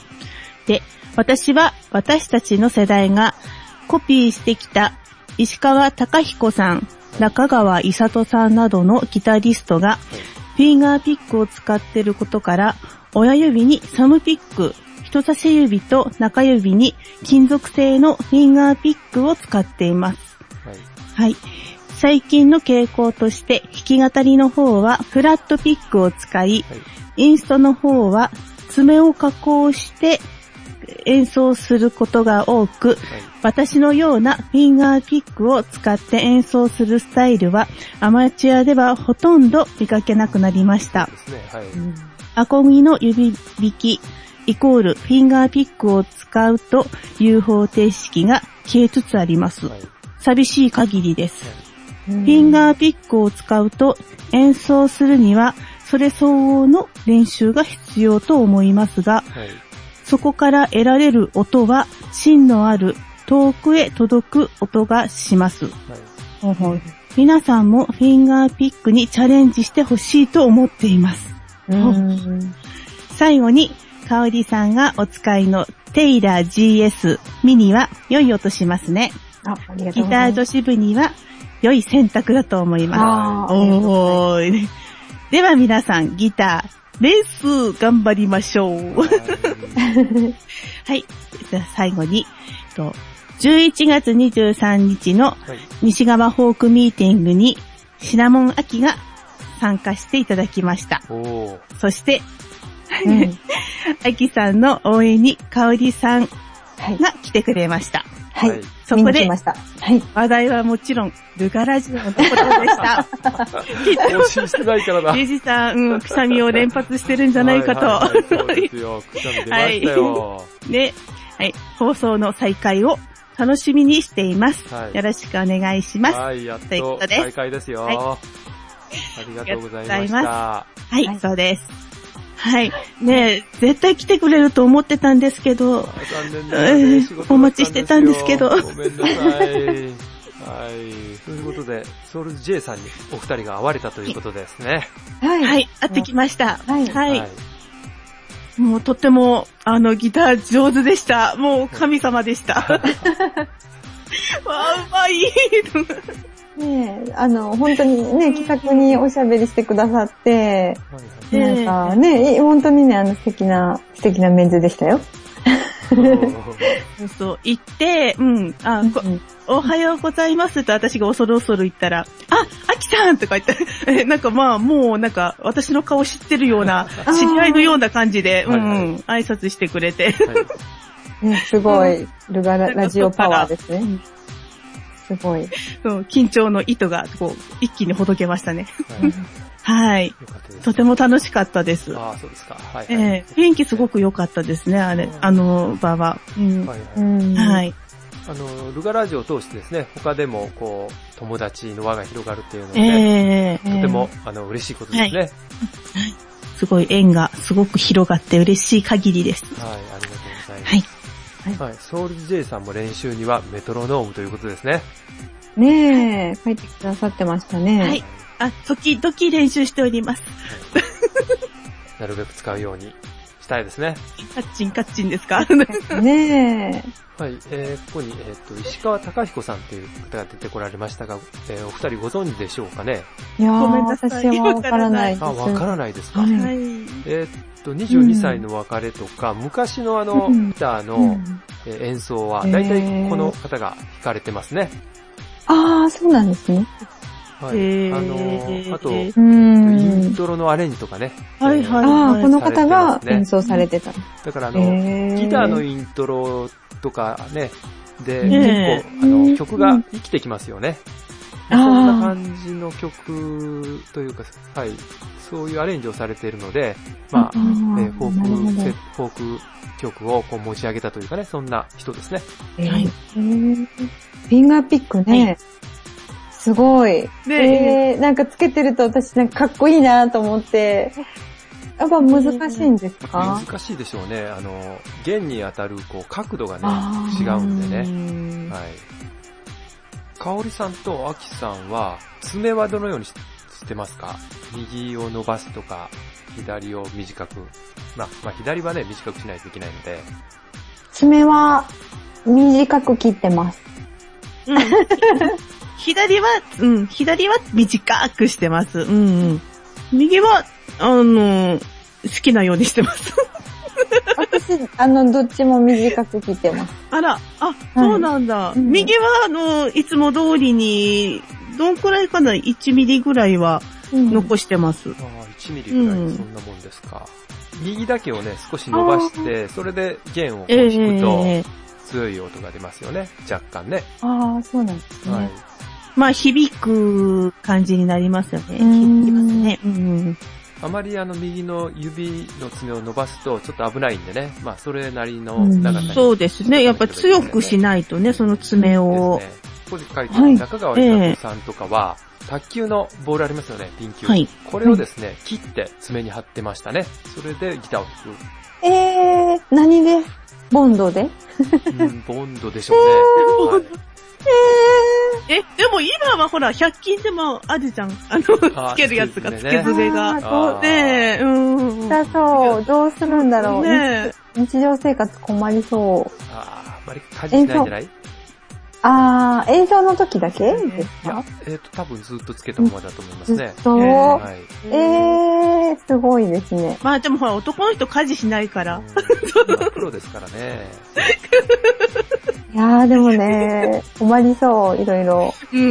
で、私は、私たちの世代がコピーしてきた石川貴彦さん、はい、中川伊里さんなどのギタリストが、はい、フィンガーピックを使っていることから、親指にサムピック、人差し指と中指に金属製のフィンガーピックを使っています。はい。はい。最近の傾向として弾き語りの方はフラットピックを使い、はい、インストの方は爪を加工して演奏することが多く、はい、私のようなフィンガーピックを使って演奏するスタイルはアマチュアではほとんど見かけなくなりました。ですね、はい、アコギの指弾きイコールフィンガーピックを使うという方程式が消えつつあります。はい、寂しい限りです。はい、フィンガーピックを使うと演奏するにはそれ相応の練習が必要と思いますが、はい、そこから得られる音は芯のある遠くへ届く音がします。はいはい、皆さんもフィンガーピックにチャレンジしてほしいと思っています。うん最後に、かおりさんがお使いのテイラー ジーエス ミニは良い音しますね。 あ、ありがとうございます。ギター女子部には良い選択だと思います。おーでは皆さん、ギター、レース頑張りましょう。はい。じゃあ最後に、じゅういちがつにじゅうさんにちの西側フォークミーティングにシナモンアキが参加していただきました。おそして、うん、アキさんの応援にかおりさんが来てくれました。 はい。 そこで、 はい、 話題はもちろん、ルガラジオのところでした。 更新してないからだ。 ゆうじさん、うん、くしゃみを連発してるんじゃないかと。 はいはいはい、そうですよ。くしゃみ出ましたよ。はい。で、はい、放送の再開を楽しみにしています。はい、よろしくお願いします。 はい、やっと再開ですよ。はい、ありがとうございました。 はい、はい、そうです。はい。ねえ、絶対来てくれると思ってたんですけど、残念ですね、お待ちしてたんですけど。 ごめんなさい。はい。ということで、ソウルズ J さんにお二人が会われたということですね。 はい。はい。会ってきました。はい。はい。もうとっても、あの、ギター上手でした。もう神様でした。わあ、うまい。 ねえ、あの、本当にね、気さくにおしゃべりしてくださって、なんかね、本当にね、あの素敵な、素敵なメンズでしたよ。 そうそう、行って、うん、あ、うん、おはようございますと私が恐る恐る言ったら、あ、アキさんとか言って、え、なんかまあ、もうなんか私の顔知ってるような、知り合いのような感じで、うん、はいはい、挨拶してくれて。 はいね、すごい、ルガラジオパワーですね。うんすごい。 そう、緊張の糸が、こう、一気にほどけましたね。はい。はい、とても楽しかったです。 ああ、そうですか。はい、はい。 えー、雰囲気すごく良かったですね、あれ、あの場は。うん。はい、はい。はい。 あの、ルガラジオを通してですね、他でも、こう、友達の輪が広がるっていうので、ね、えー、とても、あの、嬉しいことですね。はい。はい、 すごい縁がすごく広がって嬉しい限りです。 はい、ありがとうございます。はい。はい、ソウル J さんも練習にはメトロノームということですね。 ねえ、書いてくださってましたね。はい。 あ、時々練習しております。 はい、なるべく使うようにしたいですね。 カッチンカッチンですかねえ。はい、えー、ここに、えっと、石川貴彦さんという方が出てこられましたが、えー、お二人ご存知でしょうかね。 いやー、ごめんなさい、私はわからないです。 あ、わからないですか。はい。えーにじゅうにさいの別れとか、うん、昔のあの、ギターの、うん、え演奏は、だいたいこの方が弾かれてますね。 ああ、そうなんですね。 はい。あの、あと、イントロのアレンジとかね。 はいはい。ああ、この方が演奏されてた。 だからあの、ギターのイントロとかね、で、結構、あの、曲が生きてきますよね。そんな感じの曲というか、はい、そういうアレンジをされているので、まあ、えー、フォーク、フォーク曲をこう持ち上げたというかね、そんな人ですね。 えー、フィンガーピックね、はい、すごい。で、えー、なんかつけてると私なんかかっこいいなと思って、やっぱ難しいんですか？ 難しいでしょうね。あの、弦に当たるこう角度がね、違うんでね。はい。かおりさんとあきさんは、爪はどのようにしてますか？右を伸ばすとか、左を短く。まあ、まあ、左はね、短くしないといけないので。 爪は、短く切ってます。 うん。左は、うん、左は短くしてます。うんうん。右は、あの、好きなようにしてます。 私、あの、どっちも短く切ってます。 あら、あ、そうなんだ。はい、右は、あの、いつも通りに、どんくらいかな ?いち ミリぐらいは残してます。うん、 ああ、いちミリぐらい、そんなもんですか。 右だけをね、少し伸ばして、それで弦をこう弾くと、強い音が出ますよね。若干ね。 ああ、そうなんですね。はい、 まあ、響く感じになりますよね。響きますね。うん、 あまりあの、右の指の爪を伸ばすとちょっと危ないんでね。まあ、それなりの長さに、うん。 そうですね。やっぱり強くしないとね、その爪を。 ですね。ここで書いてある中川久子さんとかは、えー、卓球のボールありますよね、ピン球。はい。これをですね、切って爪に貼ってましたね。それでギターを弾く。 えー、何で？ボンドで？ うん、ボンドでしょうね。はいえー、え、でも今はほら、ひゃく均でもあるじゃん。あの、つけるやつが、つけ爪が。ねえ、うん。 だそう、どうするんだろう。ねえ。日常生活困りそう。 ああ、あまり家事しないんじゃない？ あー、演奏の時だけですか？ えっと、多分ずっとつけたままだと思いますね。 そう。はい、えー、すごいですね。 まあでもほら、男の人家事しないから。 プロですからね。 いやーでもね、困りそう、いろいろ。 うん、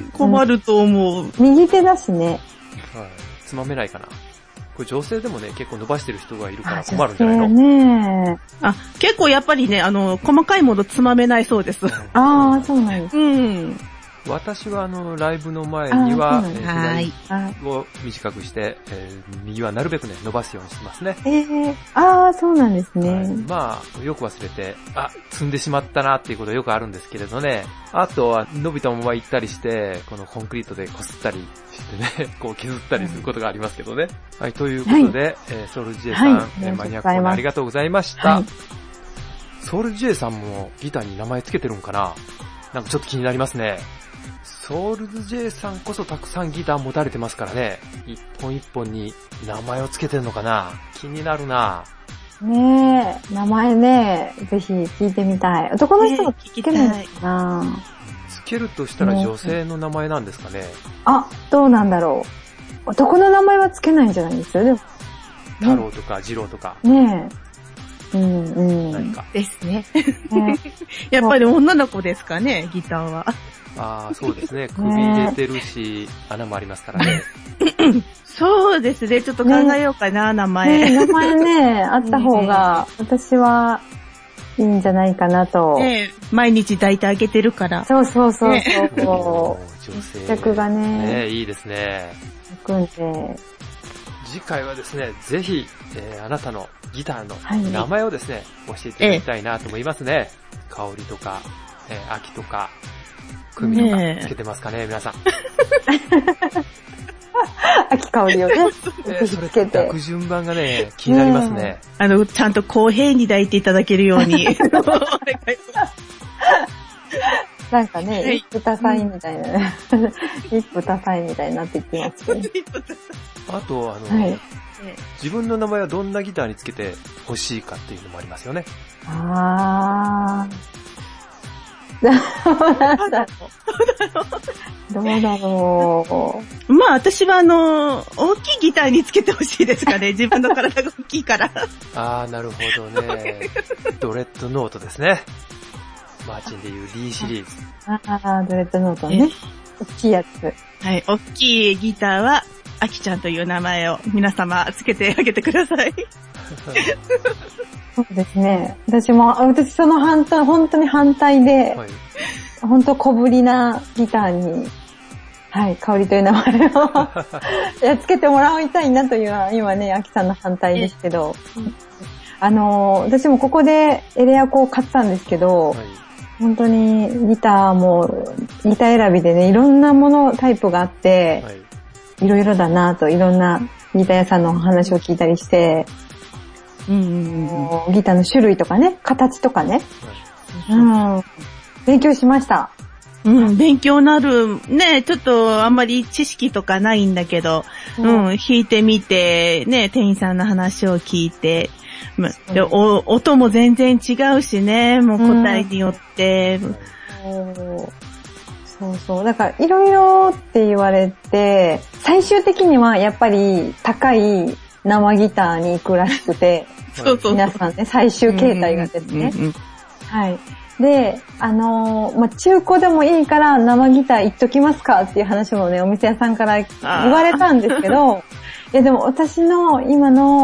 困ると思う。 右手だしね。 はい。つまめないかな。これ女性でもね、結構伸ばしてる人がいるから困るんじゃないの？ ねあ、結構やっぱりね、あの、細かいものつまめないそうです。 ああ、そうなんです。 うん。 私はあの、ライブの前には、 えー、 左を短くして、えー、右はなるべくね、伸ばすようにしてますね。 えー、ああ、そうなんですね。はい、 まあ、よく忘れて、あ、積んでしまったなっていうことはよくあるんですけれどね。あとは、伸びたまま行ったりして、このコンクリートでこすったりしてね、こう削ったりすることがありますけどね。はい、ということで、はい、えー、ソウル J さん、はいえー、マニアックコーナーありがとうございました。はい、ソウル J さんもギターに名前つけてるんかな？なんかちょっと気になりますね。ソウルズ J さんこそたくさんギター持たれてますからね。一本一本に名前をつけてるのかな？気になるな。 ねえ、名前ね、ぜひ聞いてみたい。男の人も聞けないかな、ね、 つけるとしたら女性の名前なんですかね。 あ、どうなんだろう。男の名前はつけないんじゃないですよ。でも太郎とか次郎とか。 ねえ。うんうん。 何か。ですね。ねやっぱり女の子ですかね、ギターは。 ああ、そうですね。首入れてるし、穴もありますからね。 そうですね。ちょっと考えようかな、ね、名前、 ね。名前ね、あった方が、私はいいんじゃないかなと。 ね、毎日抱いてあげてるから。 そうそうそうそう。ね、 女性。 着がね。 ね、いいですね。 組んで。 次回はですね、ぜひ、えー、あなたのギターの名前をですね、はい、教えていただきたいなと思いますね。香りとか、えー、秋とか、組とかつけてますかね、皆さん。 秋香りをね、 えー、それって抱く順番がね、気になりますね。 あの、ちゃんと公平に抱いていただけるように。 なんかね、一夫多妻みたいなね。一夫多妻みたいになっていきますけど。 あと、あの、はい、自分の名前はどんなギターにつけて欲しいかっていうのもありますよね。 あー。どうなんだろう。どうだろう。まあ私はあの、大きいギターにつけてほしいですかね。自分の体が大きいから。 あー、なるほどね。ドレッドノートですね。マーチンでいう D シリーズ。 あー、ドレッドノートね。大きいやつ。 はい、大きいギターは、アキちゃんという名前を皆様つけてあげてください。 そうですね。私も、私その反対、本当に反対で、はい、本当小ぶりなギターに、はい、香りという名前をやっつけてもらいたいなというのは、今ね、アキさんの反対ですけど、あの、私もここでエレアコを買ったんですけど、はい、本当にギターも、ギター選びでね、いろんなもの、タイプがあって、はい、いろいろだなと、いろんなギター屋さんのお話を聞いたりして、うんうんうん、ギターの種類とかね、形とかね、はい、うん、勉強しました。 うん、勉強なる。ね、ちょっとあんまり知識とかないんだけど、うん、うん、弾いてみて、ね、店員さんの話を聞いて、でお音も全然違うしね、もう個体によって。 うん、そうそう。だから、いろいろって言われて、最終的にはやっぱり高い生ギターに行くらしくて、そうそう皆さんね、最終形態がですね。うんうんうん、はい。で、あのー、まあ、中古でもいいから生ギター行っときますかっていう話もね、お店屋さんから言われたんですけど、いやでも私の今の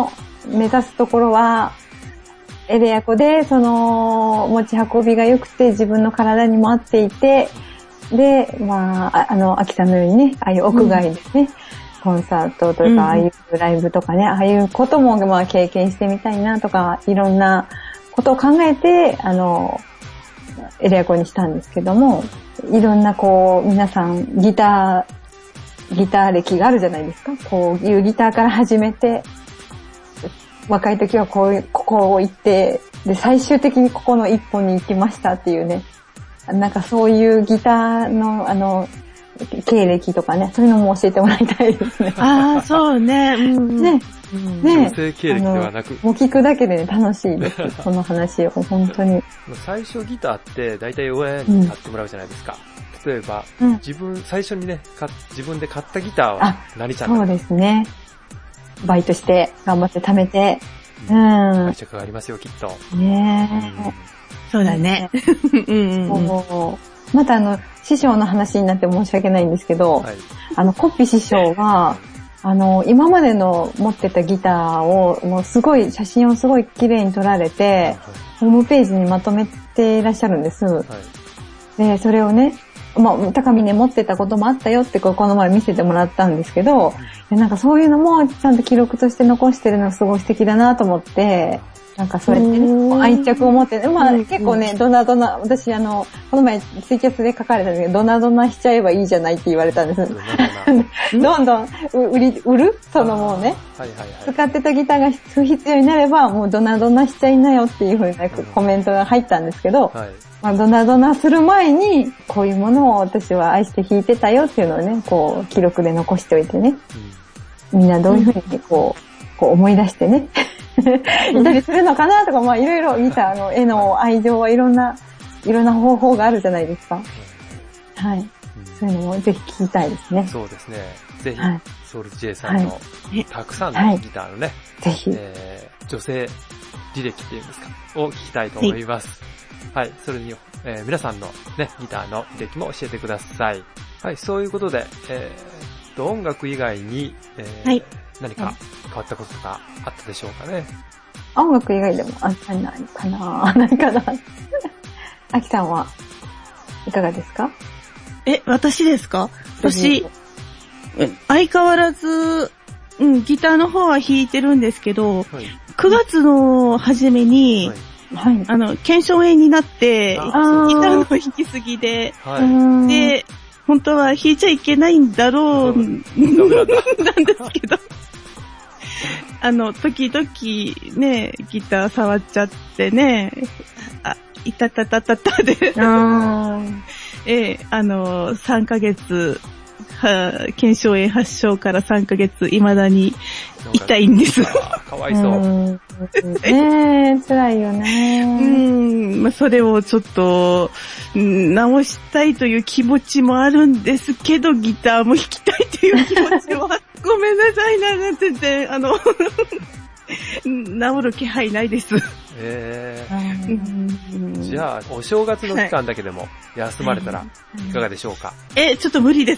目指すところは、エレアコで、その、持ち運びが良くて、自分の体にも合っていて、で、まあ、あの、秋さんのようにね、ああいう屋外でね、うん、コンサートとか、うん、ああいうライブとかね、ああいうことも、まあ、経験してみたいなとか、いろんなことを考えて、あの、エレアコにしたんですけども、いろんなこう、皆さん、ギター、ギター歴があるじゃないですか。こういうギターから始めて、若い時はこういう、ここを行って、で、最終的にここの一本に行きましたっていうね。なんかそういうギターの、あの、経歴とかね、そういうのも教えてもらいたいですね。 ああ、そうね。うん、 ね。 うん、ね。女性経歴ではなく。 もう聞くだけで、ね、楽しいです。この話を、本当に。 最初ギターって大体親に買ってもらうじゃないですか。うん、例えば、うん、自分、最初にね、自分で買ったギターは何ちゃんだろう。 そうですね。バイトして頑張って貯めて、 うん。愛着がありますよ、きっと。 ねえ、 うん。そうだね。うんうんうん、 またあの、師匠の話になって申し訳ないんですけど、はい、あの、コッピ師匠は、あの、今までの持ってたギターを、もうすごい、写真をすごい綺麗に撮られて、はい、ホームページにまとめていらっしゃるんです。はい、で、それをね、まあ、高見ね持ってたこともあったよってこの前見せてもらったんですけど、うん、なんかそういうのもちゃんと記録として残してるのがすごい素敵だなと思って、なんかそうやってね、愛着を持って、ね、まあ結構ね、ドナドナ、私あの、この前ツイキャスで書かれたんですけど、ドナドナしちゃえばいいじゃないって言われたんです。どんどん売り、売るそのもうね、はいはいはい、使ってたギターが不必要になれば、もうドナドナしちゃいなよっていう風なコメントが入ったんですけど、はい、まあ、ドナドナする前に、こういうものを私は愛して弾いてたよっていうのをね、こう、記録で残しておいてね、うん、みんなどういう風にこう、こう思い出してね、いたりするのかなとか、まあいろいろギターの絵の愛情はいろんな、いろんな方法があるじゃないですか。はい。そういうのもぜひ聞きたいですね。 そうですね。ぜひ、はい、ソウル J さんの、はい、たくさんのギターのね、はい、 ぜひ、 えー、女性履歴っていうんですか、を聞きたいと思います。はい。はい、それに、えー、皆さんのね、ギターの履歴も教えてください。はい。そういうことで、えー、と音楽以外に、えーはい、何か変わったこととかあったでしょうかね。 音楽以外でもあったんないかな何かなあきさんはいかがですか？ え、私ですか？私、相変わらず、うん、ギターの方は弾いてるんですけど、はい、くがつの初めに、はい、あの、腱鞘炎になって、ギターの弾きすぎで、はい、で、本当は弾いちゃいけないんだろう、なんですけど、あの、時々ね、ギター触っちゃってね、あ、いたたたたたで、ええ、あの、さんかげつ、は、腱鞘炎発症からさんかげつ、未だに痛いんです。 かわいそう。 ねえ、辛いよね。 うん、まあ、それをちょっと、直したいという気持ちもあるんですけど、ギターも弾きたいという気持ちも、ごめんなさいな、なんて言って、あの、治る気配ないです。えー、じゃあ、お正月の期間だけでも休まれたらいかがでしょうか？ え、ちょっと無理です。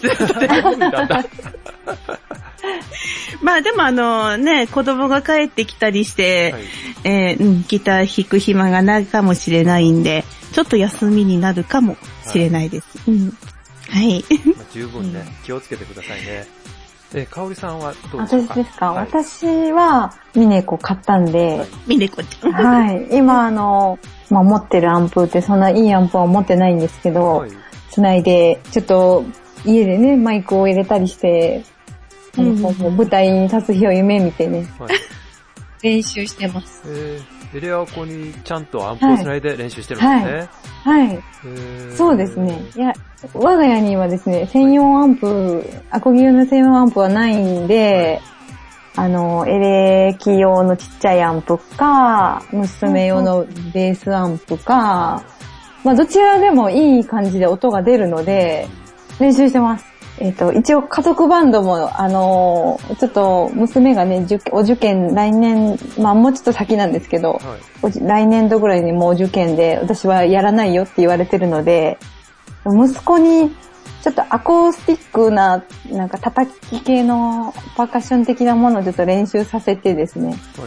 まあでもあのね、子供が帰ってきたりして、はい、えーうん、ギター弾く暇がないかもしれないんで、ちょっと休みになるかもしれないです。はい。うんはい、 まあ、十分ね、気をつけてくださいね。え、かおりさんはどうですか？ 私ですか、はい、私はミネコ買ったんで、はい、 ミネコちゃん。 はい。今あの、まあ、持ってるアンプってそんないいアンプは持ってないんですけど、はい、つないで、ちょっと家でね、マイクを入れたりして、うん、もう舞台に立つ日を夢見てね、はい、練習してます。 えー、エレアコにちゃんとアンプをつないで練習してるんですね。 はい。はい、そうですね。いや、我が家にはですね、専用アンプ、アコギ用の専用アンプはないんで、はい、あの、エレキ用のちっちゃいアンプか、娘用のベースアンプか、まあどちらでもいい感じで音が出るので、練習してます。えっと、一応家族バンドも、あのー、ちょっと娘がね、お受験来年、まあもうちょっと先なんですけど、はい、来年度ぐらいにもう受験で、私はやらないよって言われてるので、息子にちょっとアコースティックな、なんか叩き系のパーカッション的なものをちょっと練習させてですね。はい、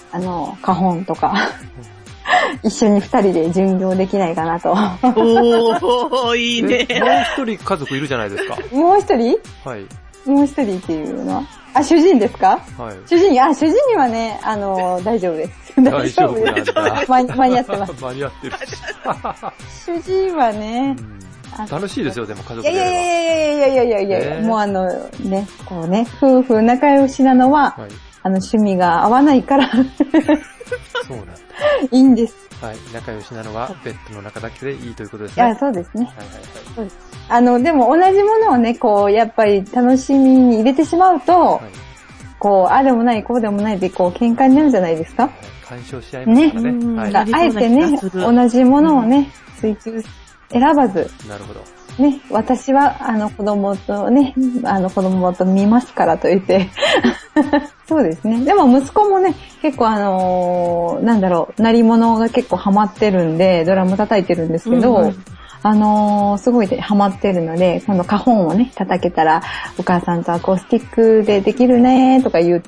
あの、花本とか、一緒に二人で巡業できないかなと。おー、いいね。 もう一人家族いるじゃないですか。 もう一人はい。 もう一人っていうのはあ、主人ですか？はい。主人、あ、主人にはね、あの、大丈夫です。 大丈夫です。 間に合ってます。 間に合ってる。 主人はね、 楽しいですよ、でも家族で。 いやいやいやいやいやいやいやいや、もうあのね、こうね、夫婦仲良しなのは、はい、あの趣味が合わないから。そうなんだ。 いいんです。 はい、仲良しなのはベッドの中だけでいいということですね。 いや、そうですね。はいはいはい。そうです。あの、でも同じものをね、こう、やっぱり楽しみに入れてしまうと、はい、こう、ああでもない、こうでもないで、こう、喧嘩になるじゃないですか。はい、 干渉し合いますからね。ね、はい、 あえてね、同じものをね、追求、選ばず。 なるほど。 ね、私は、あの、子供とね、あの、子供と見ますからと言って。そうですね。でも息子もね、結構あのー、なんだろう、鳴り物が結構ハマってるんで、ドラム叩いてるんですけど、うんうん、あのー、すごいハマってるので、今度花本をね、叩けたら、お母さんとアコースティックでできるねとか言って、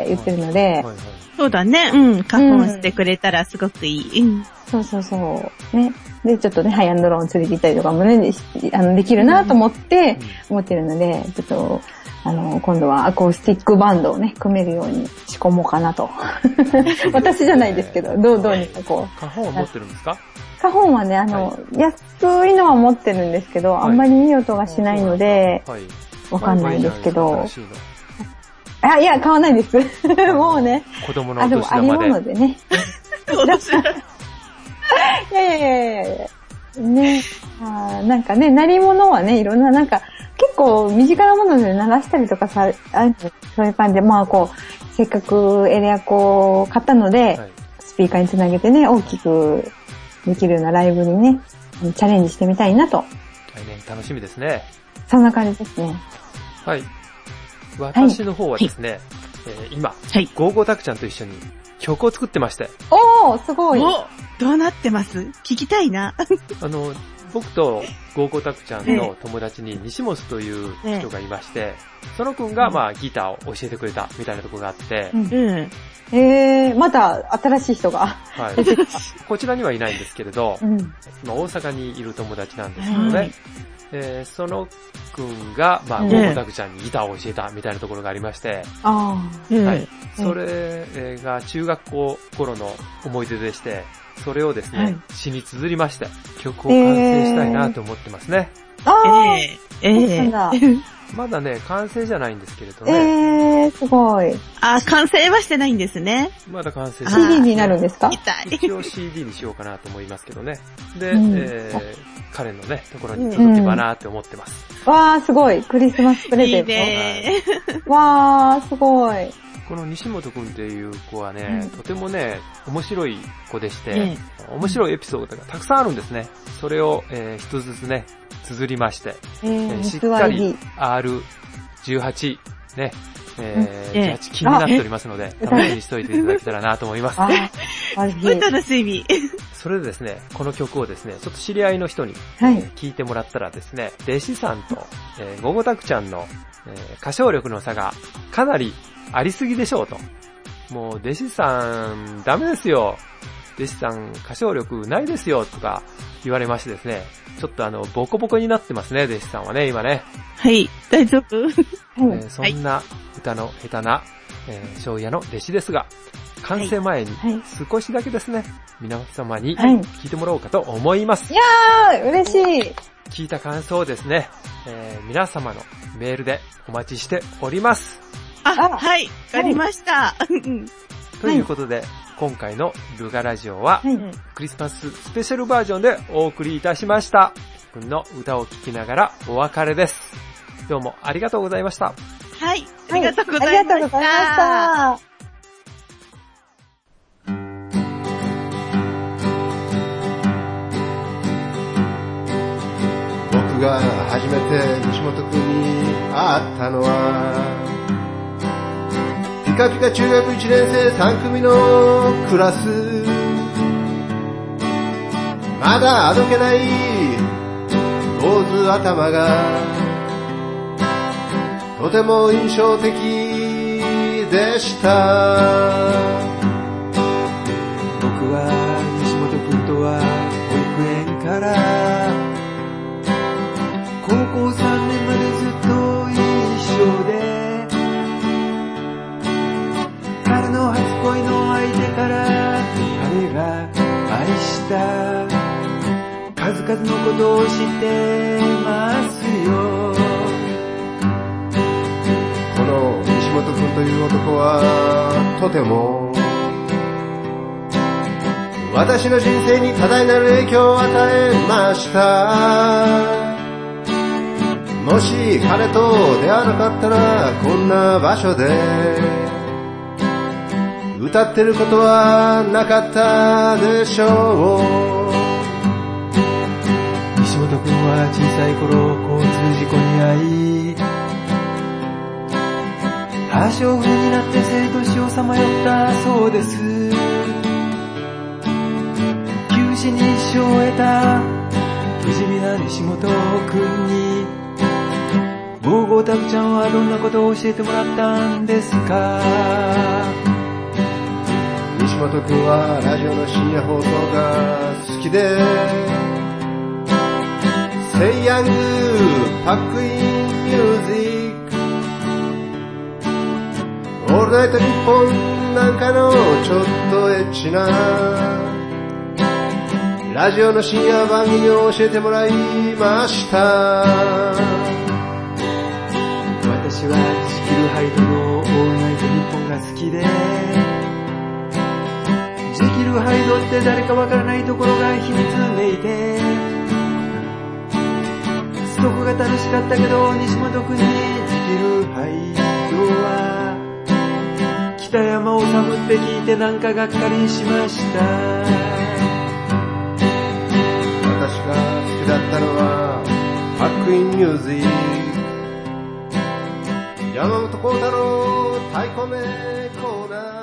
言ってるので、はいはいはい、 そうだね、うん、花本してくれたらすごくいい。うん、 そうそうそう。ね。で、ちょっとね、ハイアンドローン連れて行ったりとかもね、あの、できるなと思って、思ってるので、ちょっと、あの、今度はアコースティックバンドをね、組めるように仕込もうかなと。私じゃないですけど、どう、どうにかこう。花本を持ってるんですか？ 花本はね、あの、はい、安いのは持ってるんですけど、はい、あんまりいい音がしないので、はい、わかんないんですけど。あ、いや、買わないです。もうね。 子供のお年玉で。 あ、でもありものでね。いやいやいやいやね、あなんかね、鳴り物はね、いろんななんか、結構身近なもので鳴らしたりとかさ、あそういう感じで、まあこう、せっかくエレアコを買ったので、はい、スピーカーにつなげてね、大きくできるようなライブにね、チャレンジしてみたいなと。 来年楽しみですね。 そんな感じですね。 はい。私の方はですね、はいえー、今、はい、ゴーゴータクちゃんと一緒に曲を作ってまして。 おー、すごい。おどうなってます？聞きたいな。 あの、僕とゴーゴータクちゃんの友達に西本という人がいまして、ええ、その君がまあギターを教えてくれたみたいなところがあって、うんうん、えー、また新しい人が。 はい。こちらにはいないんですけれど、うん、今大阪にいる友達なんですけどね、はいえー、その君が、まあ、ゴーゴータクちゃんにギターを教えたみたいなところがありまして、あーはい。それが中学校頃の思い出でして、それをですね、はい、詩に綴りまして、曲を完成したいなと思ってますね。 えー、あー、えー、えー、 まだね、完成じゃないんですけれどね。 えー、すごい。 あ、完成はしてないんですね。 まだ完成してない。シーディー になるんですか？ 一応 シーディー にしようかなと思いますけどね。で、うん、えー、彼のね、ところに届けばなって思ってます。 うん、わー、すごい。クリスマスプレゼント。いいねー。わー、すごい。 この西本くんっていう子はね、うん、とてもね、面白い子でして、うん、面白いエピソードがたくさんあるんですね。それを、えー、一つずつね、綴りまして、えーえー、しっかり アールじゅうはち ね、えー、じゅうはち気になっておりますので、楽しみにしといていただけたらなと思います。 あ、すごい楽しみ。 それでですね、この曲をですね、ちょっと知り合いの人に、はい、聞いてもらったらですね、弟子さんと、えー、ゴゴタクちゃんの、えー、歌唱力の差がかなりありすぎでしょうと。もう弟子さんダメですよ。弟子さん歌唱力ないですよとか言われましてですね、ちょっとあのボコボコになってますね、弟子さんはね今ね。 はい、大丈夫。 えー、そんな歌の下手な、えー、庄屋の弟子ですが、完成前に少しだけですね、はい、皆様に聞いてもらおうかと思います。 いやー嬉しい。 聞いた感想をですね、えー、皆様のメールでお待ちしております。 あ、はい、わかりました。 ということで、はい、今回のルガラジオは、はい、クリスマススペシャルバージョンでお送りいたしました。君の歌を聴きながらお別れです。どうもありがとうございました。 はい、ありがとうございました。はい、ありがとうございました。 僕が初めて西本君に会ったのはピカピカ中学いちねん生さん組のクラス、まだあどけない坊主頭がとても印象的でした。 は西本くんとは保育園から高校さんねんまでずっと一緒で、彼の初恋の相手から彼が愛した数々のことを知ってますよ。 この西本くんという男はとても私の人生に多大なる影響を与えました。もし彼と出会わなかったらこんな場所で歌ってることはなかったでしょう。 西本くんは小さい頃交通事故に遭い多少不になって生と死をさまよったそうです。九死に一生を得た不死身な西本くんにゴーゴータクちゃんはどんなことを教えてもらったんですか？ 西本くんはラジオの深夜放送が好きで、Say Young Pack in Music オールナイトニッポンなんかのちょっとエッチなラジオの深夜番組を教えてもらいました。 私はジキルハイドのオールナイトニッポンが好きで、ジキルハイドって誰かわからないところが秘密めいて、そこが楽しかったけど西本くんにジキルハイドは北山を寒って聞いてなんかがっかりしました。 私が好きだったのはパックインミュージック、山本幸太郎太鼓目コーナー。